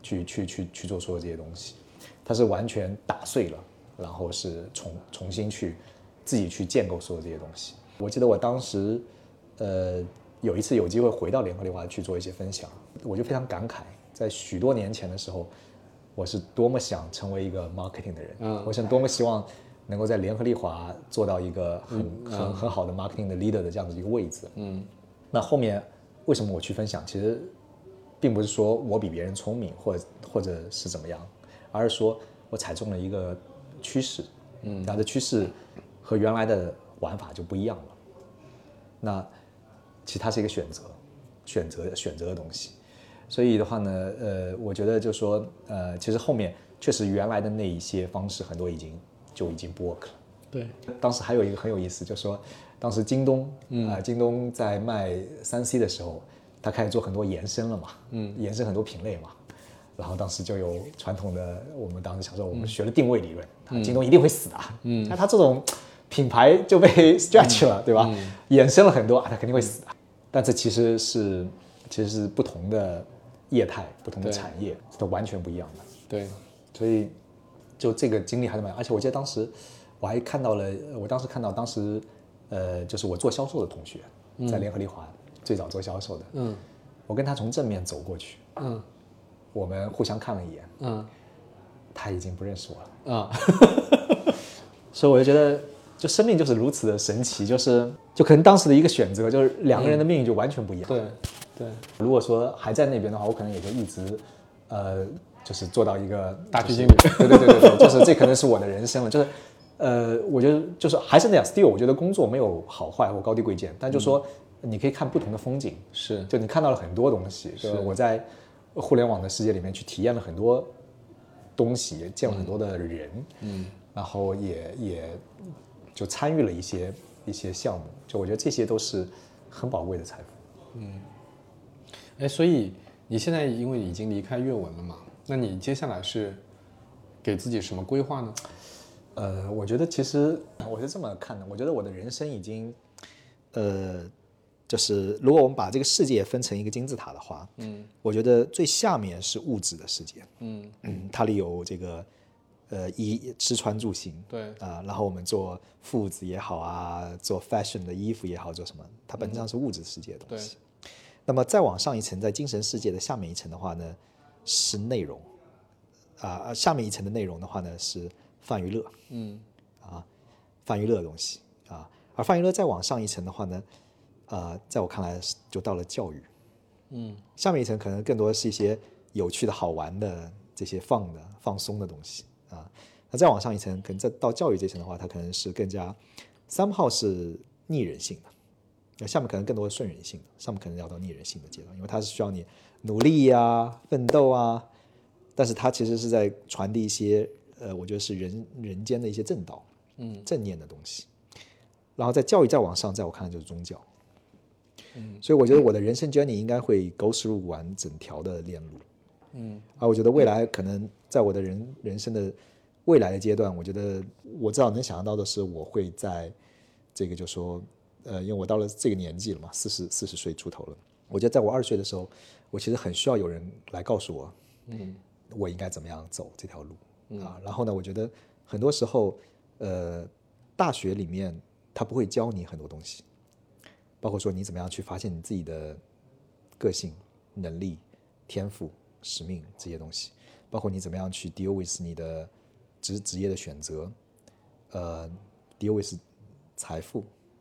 去去去去做所有这些东西，它是完全打碎了，然后是重重新去自己去建构所有这些东西。我记得我当时，呃，有一次有机会回到联合利华去做一些分享，我就非常感慨，在许多年前的时候，我是多么想成为一个 marketing 的人，嗯，我想多么希望能够在联合利华做到一个很、嗯、很很好的 marketing 的 leader 的这样的一个位置，嗯，那后面为什么我去分享？其实并不是说我比别人聪明，或者或者是怎么样，而是说我踩中了一个趋势，嗯，然后这趋势和原来的玩法就不一样了。那其实它是一个选择，选择选择的东西。所以的话呢，呃，我觉得就是说，呃，其实后面确实原来的那一些方式很多已经就已经不 work 了。 对， 当时还有一个很有意思，就是说，当时京东，嗯、呃，京东在卖三 C 的时候，他开始做很多延伸了嘛，嗯，延伸很多品类嘛。然后当时就有传统的，我们当时想说，我们学了定位理论，嗯、京东一定会死的，嗯，那他这种品牌就被 stretch 了，嗯、对吧？嗯、衍生了很多啊，他肯定会死的。但这其实是其实是不同的业态、不同的产业，都完全不一样的。 对， 所以就这个经历还是蛮，而且我记得当时我还看到了，我当时看到当时呃，就是我做销售的同学，在联合利华、嗯、最早做销售的，嗯，我跟他从正面走过去，嗯。我们互相看了一眼，嗯，他已经不认识我了，啊、嗯，所以我就觉得，就生命就是如此的神奇，就是就可能当时的一个选择，就是两个人的命运就完全不一样。 对，对。 如果说还在那边的话，我可能也就一直，呃，就是做到一个大区经理。 对对对对对，就是这可能是我的人生了。就是，呃，我觉得就是还是那样 ，still， 我觉得工作没有好坏或高低贵贱，但就说你可以看不同的风景， 是， 就你看到了很多东西，是我在互联网的世界里面去体验了很多东西，见了很多的人，嗯，然后也也就参与了一些一些项目，就我觉得这些都是很宝贵的财富。 嗯，哎，所以你现在因为已经离开阅文了嘛，那你接下来是给自己什么规划呢？ 呃，我觉得其实我是这么看的，我觉得我的人生已经，呃。就是如果我们把这个世界分成一个金字塔的话，嗯，我觉得最下面是物质的世界，嗯嗯，它里有这个呃衣吃穿住行， 对啊、呃，然后我们做裤子也好啊，做 fashion 的衣服也好，做什么，它本质上是物质世界的东西。嗯、那么再往上一层，在精神世界的下面一层的话呢，是内容，啊、呃，下面一层的内容的话呢是泛娱乐，嗯，啊，泛娱乐的东西啊，而泛娱乐再往上一层的话呢。呃，在我看来就到了教育，嗯，下面一层可能更多是一些有趣的好玩的这些放的放松的东西啊。那再往上一层，可能再到教育这层的话，它可能是更加somehow是逆人性的，那下面可能更多是顺人性的，上面可能要到逆人性的阶段，因为它是需要你努力呀、啊、奋斗啊，但是它其实是在传递一些呃，我觉得是人人间的一些正道，嗯，正念的东西。然后在教育再往上，在我看来就是宗教。所以我觉得我的人生 journey 应该会 go through 完整条的链路，嗯，而我觉得未来可能在我的人人生的未来的阶段，我觉得我至少能想象到的是，我会在这个就说，呃，因为我到了这个年纪了嘛，四十四十岁出头了，我觉得在我二十岁的时候，我其实很需要有人来告诉我，嗯，我应该怎么样走这条路、嗯、啊。然后呢，我觉得很多时候，呃，大学里面他不会教你很多东西。包括说你怎么样去发现你自己的个性、能力、天赋、使命这些东西，包括你怎么样去 deal with 你的职职业的选择，呃 ，deal with 财富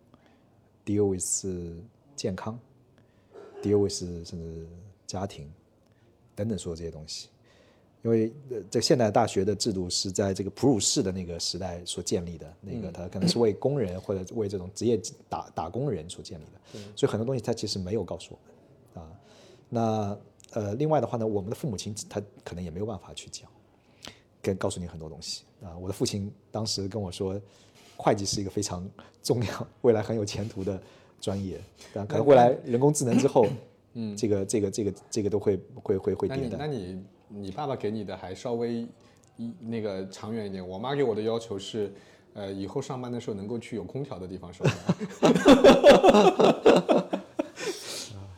，deal with 健康 ，deal with 甚至家庭等等所有这些东西。因为这现代大学的制度是在这个普鲁士的那个时代所建立的，那个它可能是为工人或者为这种职业打打工人所建立的，所以很多东西它其实没有告诉我们啊。那呃，另外的话呢，我们的父母亲他可能也没有办法去讲，跟告诉你很多东西啊。我的父亲当时跟我说，会计是一个非常重要、未来很有前途的专业，但可能未来人工智能之后，嗯，这个这个这个这个都会会会会迭代。 那你你爸爸给你的还稍微一那个长远一点，我妈给我的要求是，呃，以后上班的时候能够去有空调的地方上班。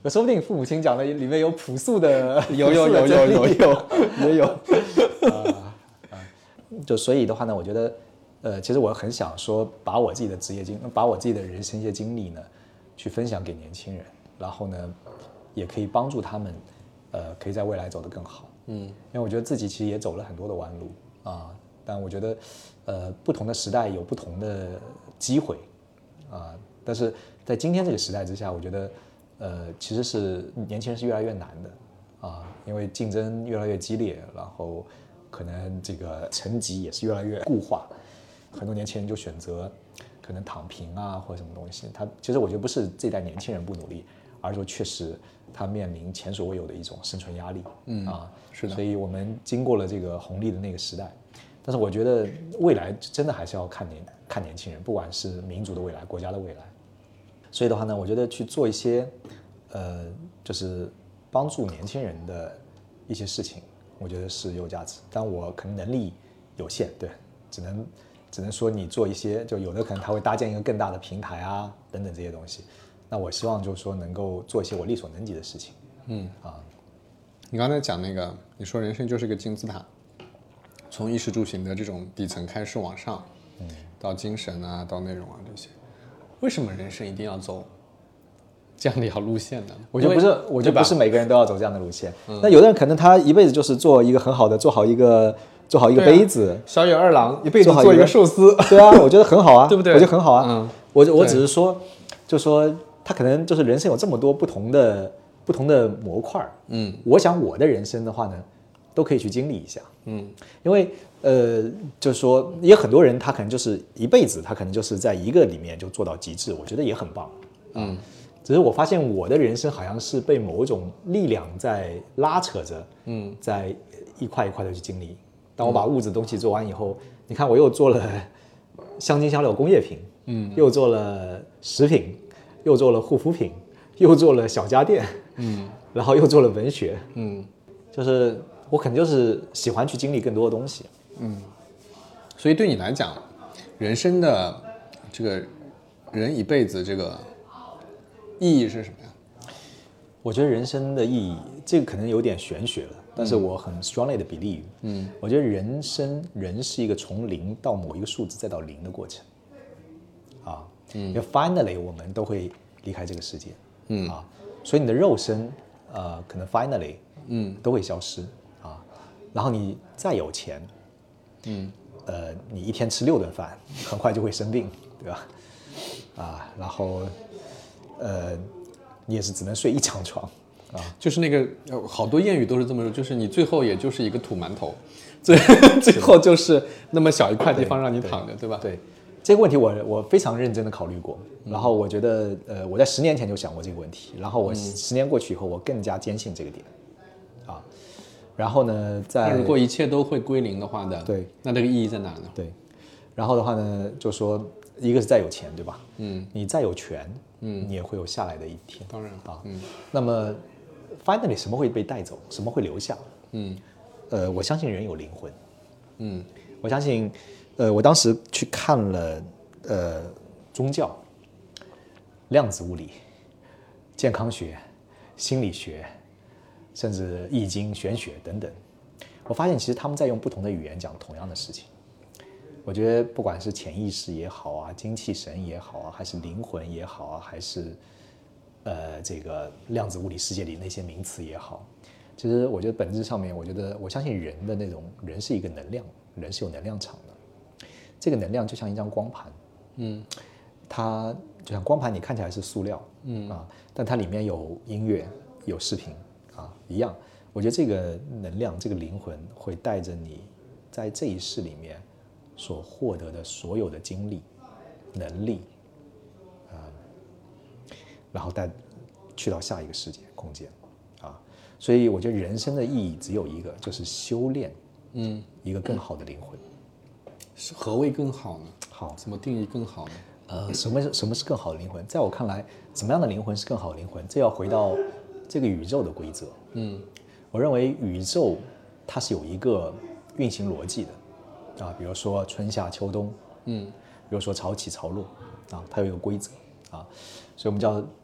说不定父母亲讲的里面有朴素的， 有有有有有有也有啊啊，就所以的话呢，我觉得，呃，其实我很想说，把我自己的职业经，把我自己的人生一些经历呢，去分享给年轻人，然后呢，也可以帮助他们，呃，可以在未来走得更好。嗯，因为我觉得自己其实也走了很多的弯路啊，但我觉得，呃，不同的时代有不同的机会啊，但是在今天这个时代之下，我觉得。呃，其实是年轻人是越来越难的啊，因为竞争越来越激烈，然后可能这个层级也是越来越固化，很多年轻人就选择可能躺平啊或者什么东西。他其实我觉得不是这代年轻人不努力，而是说确实他面临前所未有的一种生存压力。嗯啊， 是的。 所以我们经过了这个红利的那个时代，但是我觉得未来真的还是要看年看年轻人，不管是民族的未来，国家的未来。所以的话呢，我觉得去做一些，呃，就是帮助年轻人的一些事情，我觉得是有价值。但我可能能力有限，对，只能只能说你做一些，就有的可能他会搭建一个更大的平台啊，等等这些东西。那我希望就是说能够做一些我力所能及的事情。 嗯啊，你刚才讲那个，你说人生就是个金字塔，从衣食住行的这种底层开始往上，嗯，到精神啊，到内容啊这些。为什么人生一定要走这样的一条路线呢？ 我觉得不是，我觉得不是每个人都要走这样的路线。那有的人可能他一辈子就是做一个很好的，做好一个做好一个杯子。 啊、小野二郎一辈子做一个寿司， 对啊，我觉得很好啊， 对不对？ 我觉得很好啊。 嗯， 我我只是说，就说他可能就是人生有这么多不同的不同的模块。嗯，我想我的人生的话呢，都可以去经历一下。嗯，因为呃，就是说，也很多人他可能就是一辈子，他可能就是在一个里面就做到极致，我觉得也很棒。嗯，只是我发现我的人生好像是被某种力量在拉扯着，嗯，在一块一块的去经历。当我把物质的东西做完以后，你看我又做了香精香料工业品，嗯，又做了食品，又做了护肤品，又做了小家电，嗯，然后又做了文学，嗯，就是。我可能就是喜欢去经历更多的东西， 嗯，所以对你来讲，人生的这个人一辈子这个意义是什么呀？ 我觉得人生的意义，这个可能有点玄学了，但是我很 strongly 的 believe，嗯，我觉得人生人是一个从零到某一个数字再到零的过程，啊，嗯，因为 finally 我们都会离开这个世界，嗯啊，所以你的肉身，呃，可能 finally，嗯，都会消失。然后你再有钱，嗯，呃，你一天吃六顿饭，很快就会生病，对吧？啊，然后，呃，你也是只能睡一张床，啊， 就是那个好多谚语都是这么说，就是你最后也就是一个土馒头，最最后就是那么小一块地方让你躺着， 对, 对吧？ 对，这个问题我我非常认真的考虑过，然后我觉得，呃，我在十年前就想过这个问题，然后我十年过去以后，我更加坚信这个点。然后呢，在如果一切都会归零的话的， 对， 那这个意义在哪呢？ 对，然后的话呢，就说一个是再有钱，对吧？嗯，你再有权，嗯，你也会有下来的一天。 当然啊，嗯，那么 finally 什么会被带走，什么会留下？嗯，呃，我相信人有灵魂，嗯，我相信，呃，我当时去看了，呃，宗教、量子物理、健康学、心理学。甚至易经、玄学等等，我发现其实他们在用不同的语言讲同样的事情。我觉得不管是潜意识也好啊，精气神也好啊，还是灵魂也好啊，还是呃这个量子物理世界里那些名词也好，其实我觉得本质上面，我觉得我相信人的那种人是一个能量，人是有能量场的。这个能量就像一张光盘，嗯，它就像光盘，你看起来是塑料，嗯啊，但它里面有音乐，有视频。啊，一样，我觉得这个能量，这个灵魂会带着你在这一世里面所获得的所有的经历、能力，啊，然后带去到下一个世界空间，啊，所以我觉得人生的意义只有一个，就是修炼，嗯，一个更好的灵魂。 是何谓更好呢？ 好， 怎么定义更好呢？ 呃，什么是什么是更好的灵魂？在我看来，怎么样的灵魂是更好的灵魂？这要回到这个宇宙的规则，嗯，我认为宇宙它是有一个运行逻辑的，啊，比如说春夏秋冬，嗯，比如说潮起潮落，啊，它有一个规则，啊，所以我们叫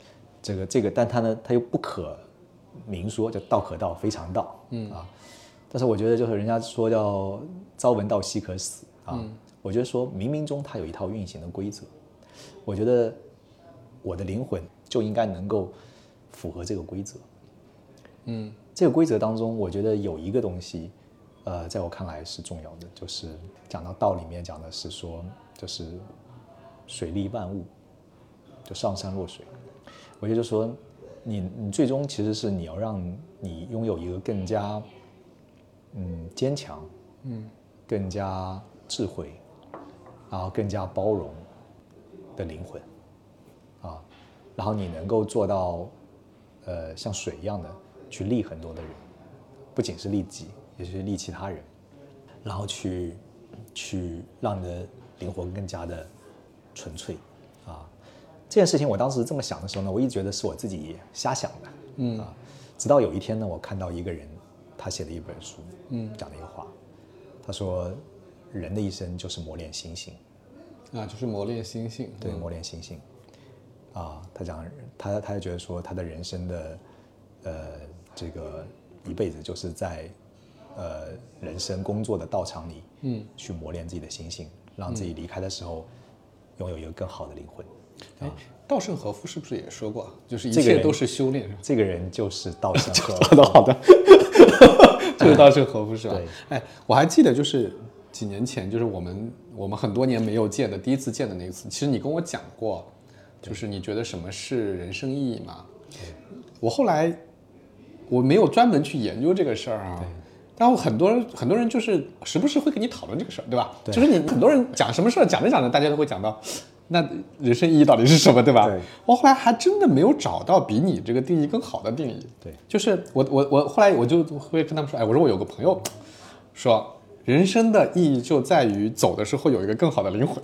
这个这个，但它呢，它又不可明说，叫道可道，非常道。嗯啊，但是我觉得就是人家说叫朝闻道，夕可死啊。嗯、我觉得说冥冥中它有一套运行的规则，我觉得我的灵魂就应该能够符合这个规则。嗯，这个规则当中，我觉得有一个东西，呃，在我看来是重要的，就是讲到道里面讲的是说，就是水利万物，就上善若水。我觉得就说你你最终其实是你要让你拥有一个更加嗯坚强，嗯，更加智慧，然后更加包容的灵魂啊，然后你能够做到呃像水一样的去利很多的人，不仅是利己，也是利其他人，然后去去让你的灵魂更加的纯粹啊。这件事情我当时这么想的时候呢，我一直觉得是我自己瞎想的，嗯啊，直到有一天呢，我看到一个人他写的一本书，嗯，讲的一个话，他说人的一生就是磨练心性， 啊，就是磨练心性， 对，磨练心性，啊，他讲他他就觉得说他的人生的呃这个一辈子就是在呃人生工作的道场里，嗯，去磨练自己的心性，让自己离开的时候拥有一个更好的灵魂。 哎，稻盛和夫是不是也说过，就是一切都是修炼？是吧？ 这个人就是稻盛和夫。 好的，好的，就是稻盛和夫是吧？哎，我还记得就是几年前，就是我们我们很多年没有见的第一次见的那一次，其实你跟我讲过，就是你觉得什么是人生意义嘛？我后来我没有专门去研究这个事儿啊。然后很多人很多人就是时不时会跟你讨论这个事儿，对吧？对，就是你很多人讲什么事儿，讲着讲着，大家都会讲到。那人生意义到底是什么，对吧？对，我后来还真的没有找到比你这个定义更好的定义。 对， 就是我我我后来我就会跟他们说，哎，我说我有个朋友说，人生的意义就在于走的时候有一个更好的灵魂。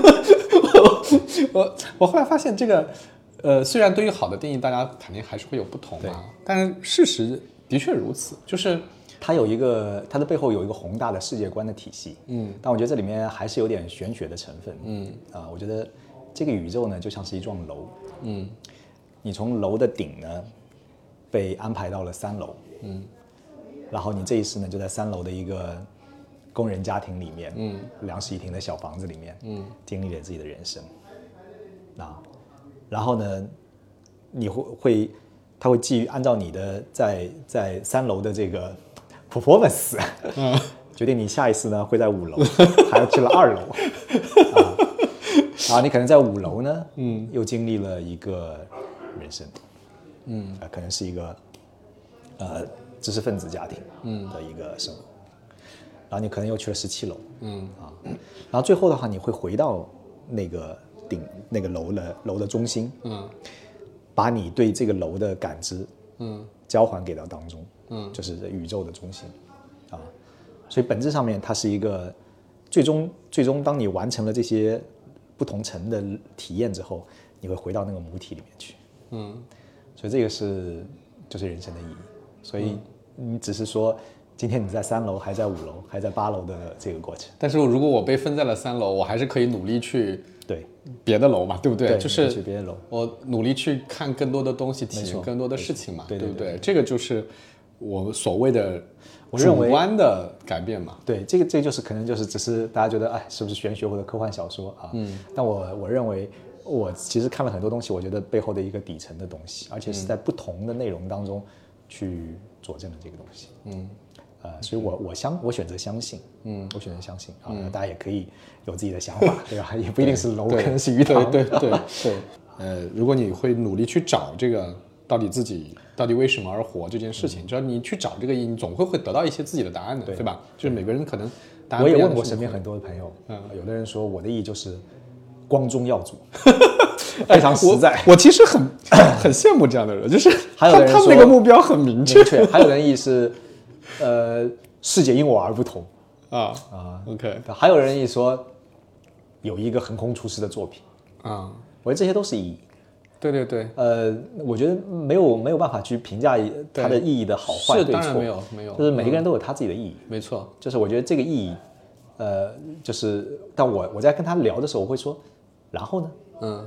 我我后来发现这个，呃，虽然对于好的定义，大家肯定还是会有不同嘛，但是事实的确如此，就是它有一个它的背后有一个宏大的世界观的体系。嗯，但我觉得这里面还是有点玄学的成分。嗯啊，我觉得。这个宇宙呢，就像是一幢楼，嗯，你从楼的顶呢，被安排到了三楼，嗯，然后你这一世呢，就在三楼的一个工人家庭里面，嗯，两室一厅的小房子里面，嗯，经历了自己的人生，啊，然后呢，你会会，他会基于按照你的在在三楼的这个 performance，嗯，决定你下一次呢会在五楼，还要去了二楼，啊。啊，你可能在五楼呢，嗯，又经历了一个人生，嗯，呃，可能是一个呃知识分子家庭，嗯的一个生活，然后你可能又去了十七楼，嗯啊，然后最后的话，你会回到那个顶那个楼的楼的中心，嗯，把你对这个楼的感知，嗯，交还给到当中，嗯，就是宇宙的中心，啊，所以本质上面它是一个最终最终当你完成了这些。不同层的体验之后，你会回到那个母体里面去，嗯，所以这个是就是人生的意义。所以你只是说，今天你在三楼，还在五楼，还在八楼的这个过程。 但是如果我被分在了三楼，我还是可以努力去对别的楼嘛，对不对？ 对， 就是去别的楼， 我努力去看更多的东西，体验更多的事情嘛，对不对？这个就是我所谓的。我认为主观的改变嘛， 对，这个这个就是可能就是只是大家觉得哎，是不是玄学或者科幻小说啊？嗯，但我我认为我其实看了很多东西，我觉得背后的一个底层的东西，而且是在不同的内容当中去佐证的这个东西。嗯，呃，所以我我相我选择相信，嗯，我选择相信啊，嗯、大家也可以有自己的想法，对吧？也不一定是楼，可能是鱼塘， 对对对对。呃，如果你会努力去找这个。到底自己到底为什么而活这件事情，只要你去找这个意义，你总会会得到一些自己的答案的， 对, 对吧？就是每个人可能答案我也问过身边很多的朋友，嗯，有的人说我的意义就是光宗耀祖，非常实在。 我, 我其实很很羡慕这样的人，就是还有的人他们那个目标很明确， 明确还有人意义是，呃，世界因我而不同啊啊 ，OK。 还有人意说有一个横空出世的作品啊，我觉得这些都是意义。 对对对， 呃，我觉得没有没有办法去评价它的意义的好坏对错， 当然没有没有， 就是每一个人都有他自己的意义， 嗯、没错。 就是我觉得这个意义，呃，就是但我我在跟他聊的时候，我会说，然后呢，嗯，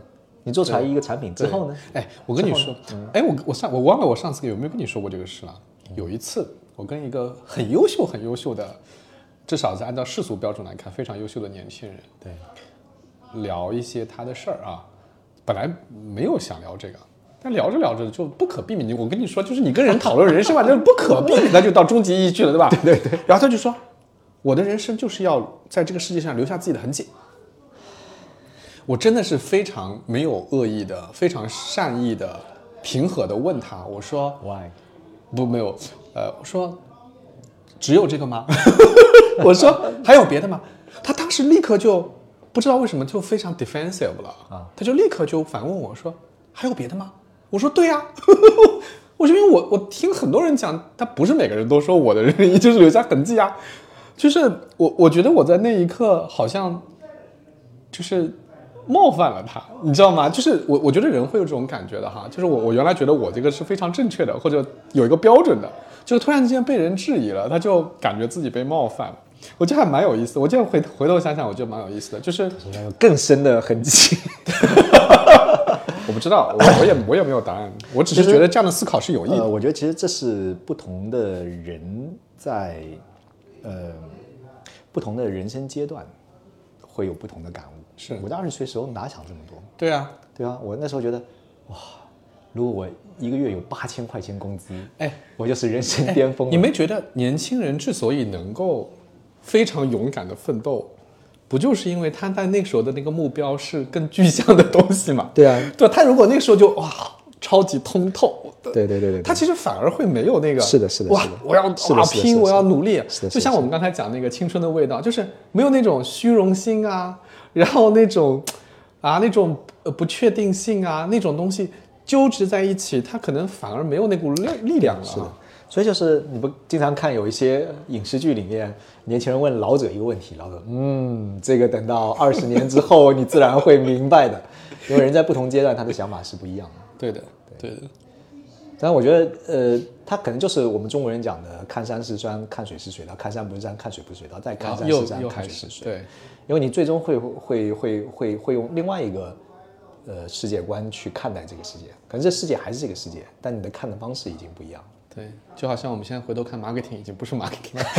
你做出来一个产品之后呢？ 哎，我跟你说，哎、嗯，我我上我忘了我上次有没有跟你说过这个事了？有一次，我跟一个很优秀、很优秀的，至少是按照世俗标准来看非常优秀的年轻人， 对， 聊一些他的事儿啊。本来没有想聊这个，但聊着聊着就不可避免。我跟你说，就是你跟人讨论人生嘛，就是不可避免，那就到终极意义去了，对吧？ 对对对。 然后他就说，我的人生就是要在这个世界上留下自己的痕迹。我真的是非常没有恶意的、非常善意的、平和的问他，我说 ，Why？ 不，没有，呃，我说只有这个吗？我说还有别的吗？他当时立刻就不知道为什么就非常 defensive 了啊，他就立刻就反问我说还有别的吗？我说对呀、啊，我说因为我我听很多人讲，他不是每个人都说我的人生就是留下痕迹啊，就是我我觉得我在那一刻好像就是冒犯了他，你知道吗？就是我我觉得人会有这种感觉的哈，就是我我原来觉得我这个是非常正确的，或者有一个标准的，就突然之间被人质疑了，他就感觉自己被冒犯了。我觉得还蛮有意思，我现在回回头想想，我觉得蛮有意思的，就是有更深的痕迹。 我不知道，我我也我也没有答案，我只是觉得这样的思考是有意义的。 呃，我觉得其实这是不同的人在呃不同的人生阶段会有不同的感悟。 是我在二十岁时候哪想这么多？ 对啊， 对啊，我那时候觉得哇，如果我一个月有八千块钱工资， 哎， 我就是人生巅峰了。 你没觉得年轻人之所以能够非常勇敢的奋斗，不就是因为他在那时候的那个目标是更具象的东西嘛？ 对啊， 对，他如果那个时候就哇超级通透， 对对对 对, 对， 他其实反而会没有那个是的是的哇，我要哇拼，我要努力， 是的， 就像我们刚才讲那个青春的味道，就是没有那种虚荣心啊，然后那种啊那种不确定性啊那种东西纠织在一起，他可能反而没有那股力力量了。 是的。所以就是你不经常看有一些影视剧里面，年轻人问老者一个问题，老者嗯，这个等到二十年之后你自然会明白的，因为人在不同阶段他的想法是不一样的。 对的，对的。 但我觉得呃，他可能就是我们中国人讲的看山是山，看水是水道，看山不是山，看水不是水道，再看山是山，看水是水。 对， 因为你最终会会会会会用另外一个呃世界观去看待这个世界，可能这世界还是这个世界，但你的看的方式已经不一样。 对，就好像我们现在回头看 marketing 已经不是 marketing 了。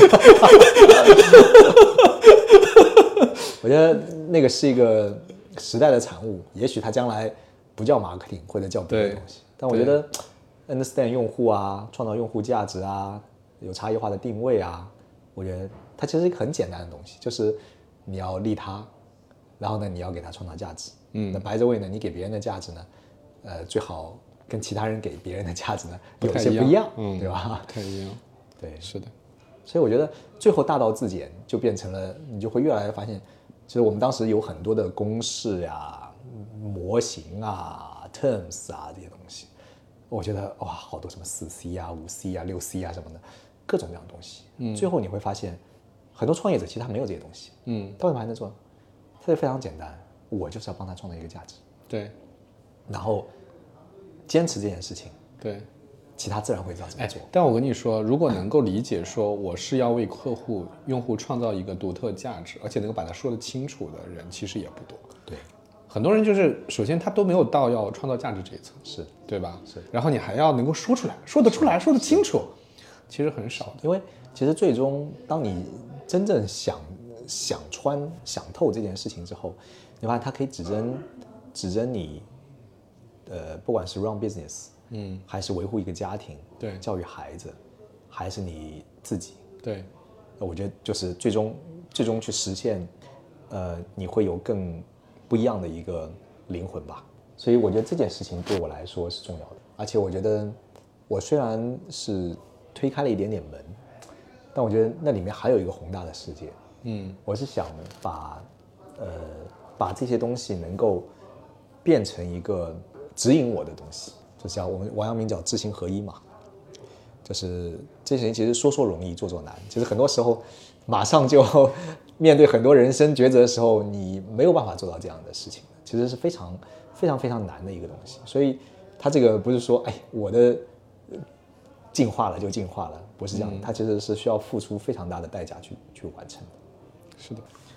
我觉得那个是一个时代的产物，也许它将来不叫 marketing 或者叫别的东西，但我觉得 understand 用户啊，创造用户价值啊，有差异化的定位啊，我觉得它其实是一个很简单的东西，就是你要利他，然后呢你要给它创造价值。嗯，那白着位呢，你给别人的价值呢，呃，最好跟其他人给别人的价值呢有些不一样，嗯，对吧？ 不太一样， 对， 是的。 所以我觉得最后大道至简，就变成了你就会越来越发现，其实我们当时有很多的公式啊、模型啊、terms 啊这些东西，我觉得哇，好多什么四 C 啊、五 C 啊、六 C 啊什么的，各种各样的东西。嗯，最后你会发现，很多创业者其实他没有这些东西。嗯，他为什么还能做？他就非常简单，我就是要帮他创造一个价值。 对， 然后坚持这件事情。 对。 其他自然会这样子做。 但我跟你说，如果能够理解说我是要为客户、用户创造一个独特价值，而且能够把它说得清楚的人，其实也不多。 对， 很多人就是首先他都没有到要创造价值这一层， 是对吧？ 是。 然后你还要能够说出来，说得出来，说得清楚，其实很少的。 因为其实最终，当你真正想想穿、想透这件事情之后，你发现它可以指针指针你，呃，不管是 run business。嗯，还是维护一个家庭， 对， 教育孩子，还是你自己， 对， 我觉得就是最终最终去实现，呃，你会有更不一样的一个灵魂吧。所以我觉得这件事情对我来说是重要的，而且我觉得我虽然是推开了一点点门，但我觉得那里面还有一个宏大的世界。嗯，我是想把呃把这些东西能够变成一个指引我的东西。就像我们王阳明讲知行合一嘛，就是这些事情其实说说容易，做做难。其实很多时候，马上就面对很多人生抉择的时候，你没有办法做到这样的事情，其实是非常非常非常难的一个东西。所以，他这个不是说，哎，我的进化了就进化了，不是这样，它其实是需要付出非常大的代价去去完成的。 是的。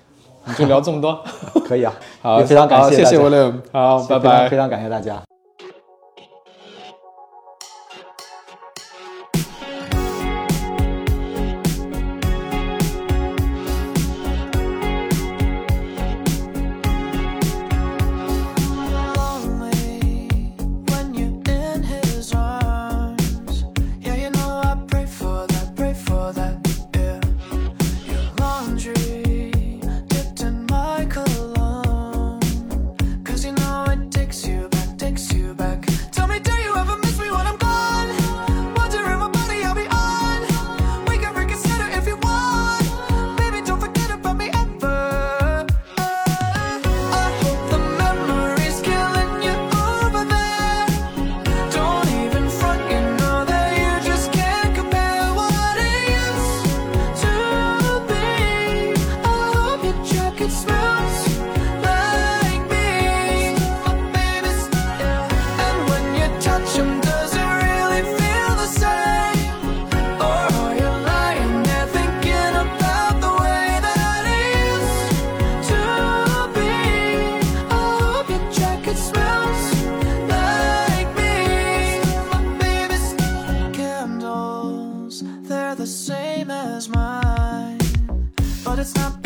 你就聊这么多。 可以啊， 好， 非常感谢， 谢谢 William， 好，拜拜， 非常感谢大家。 They're the same as mine, but it's not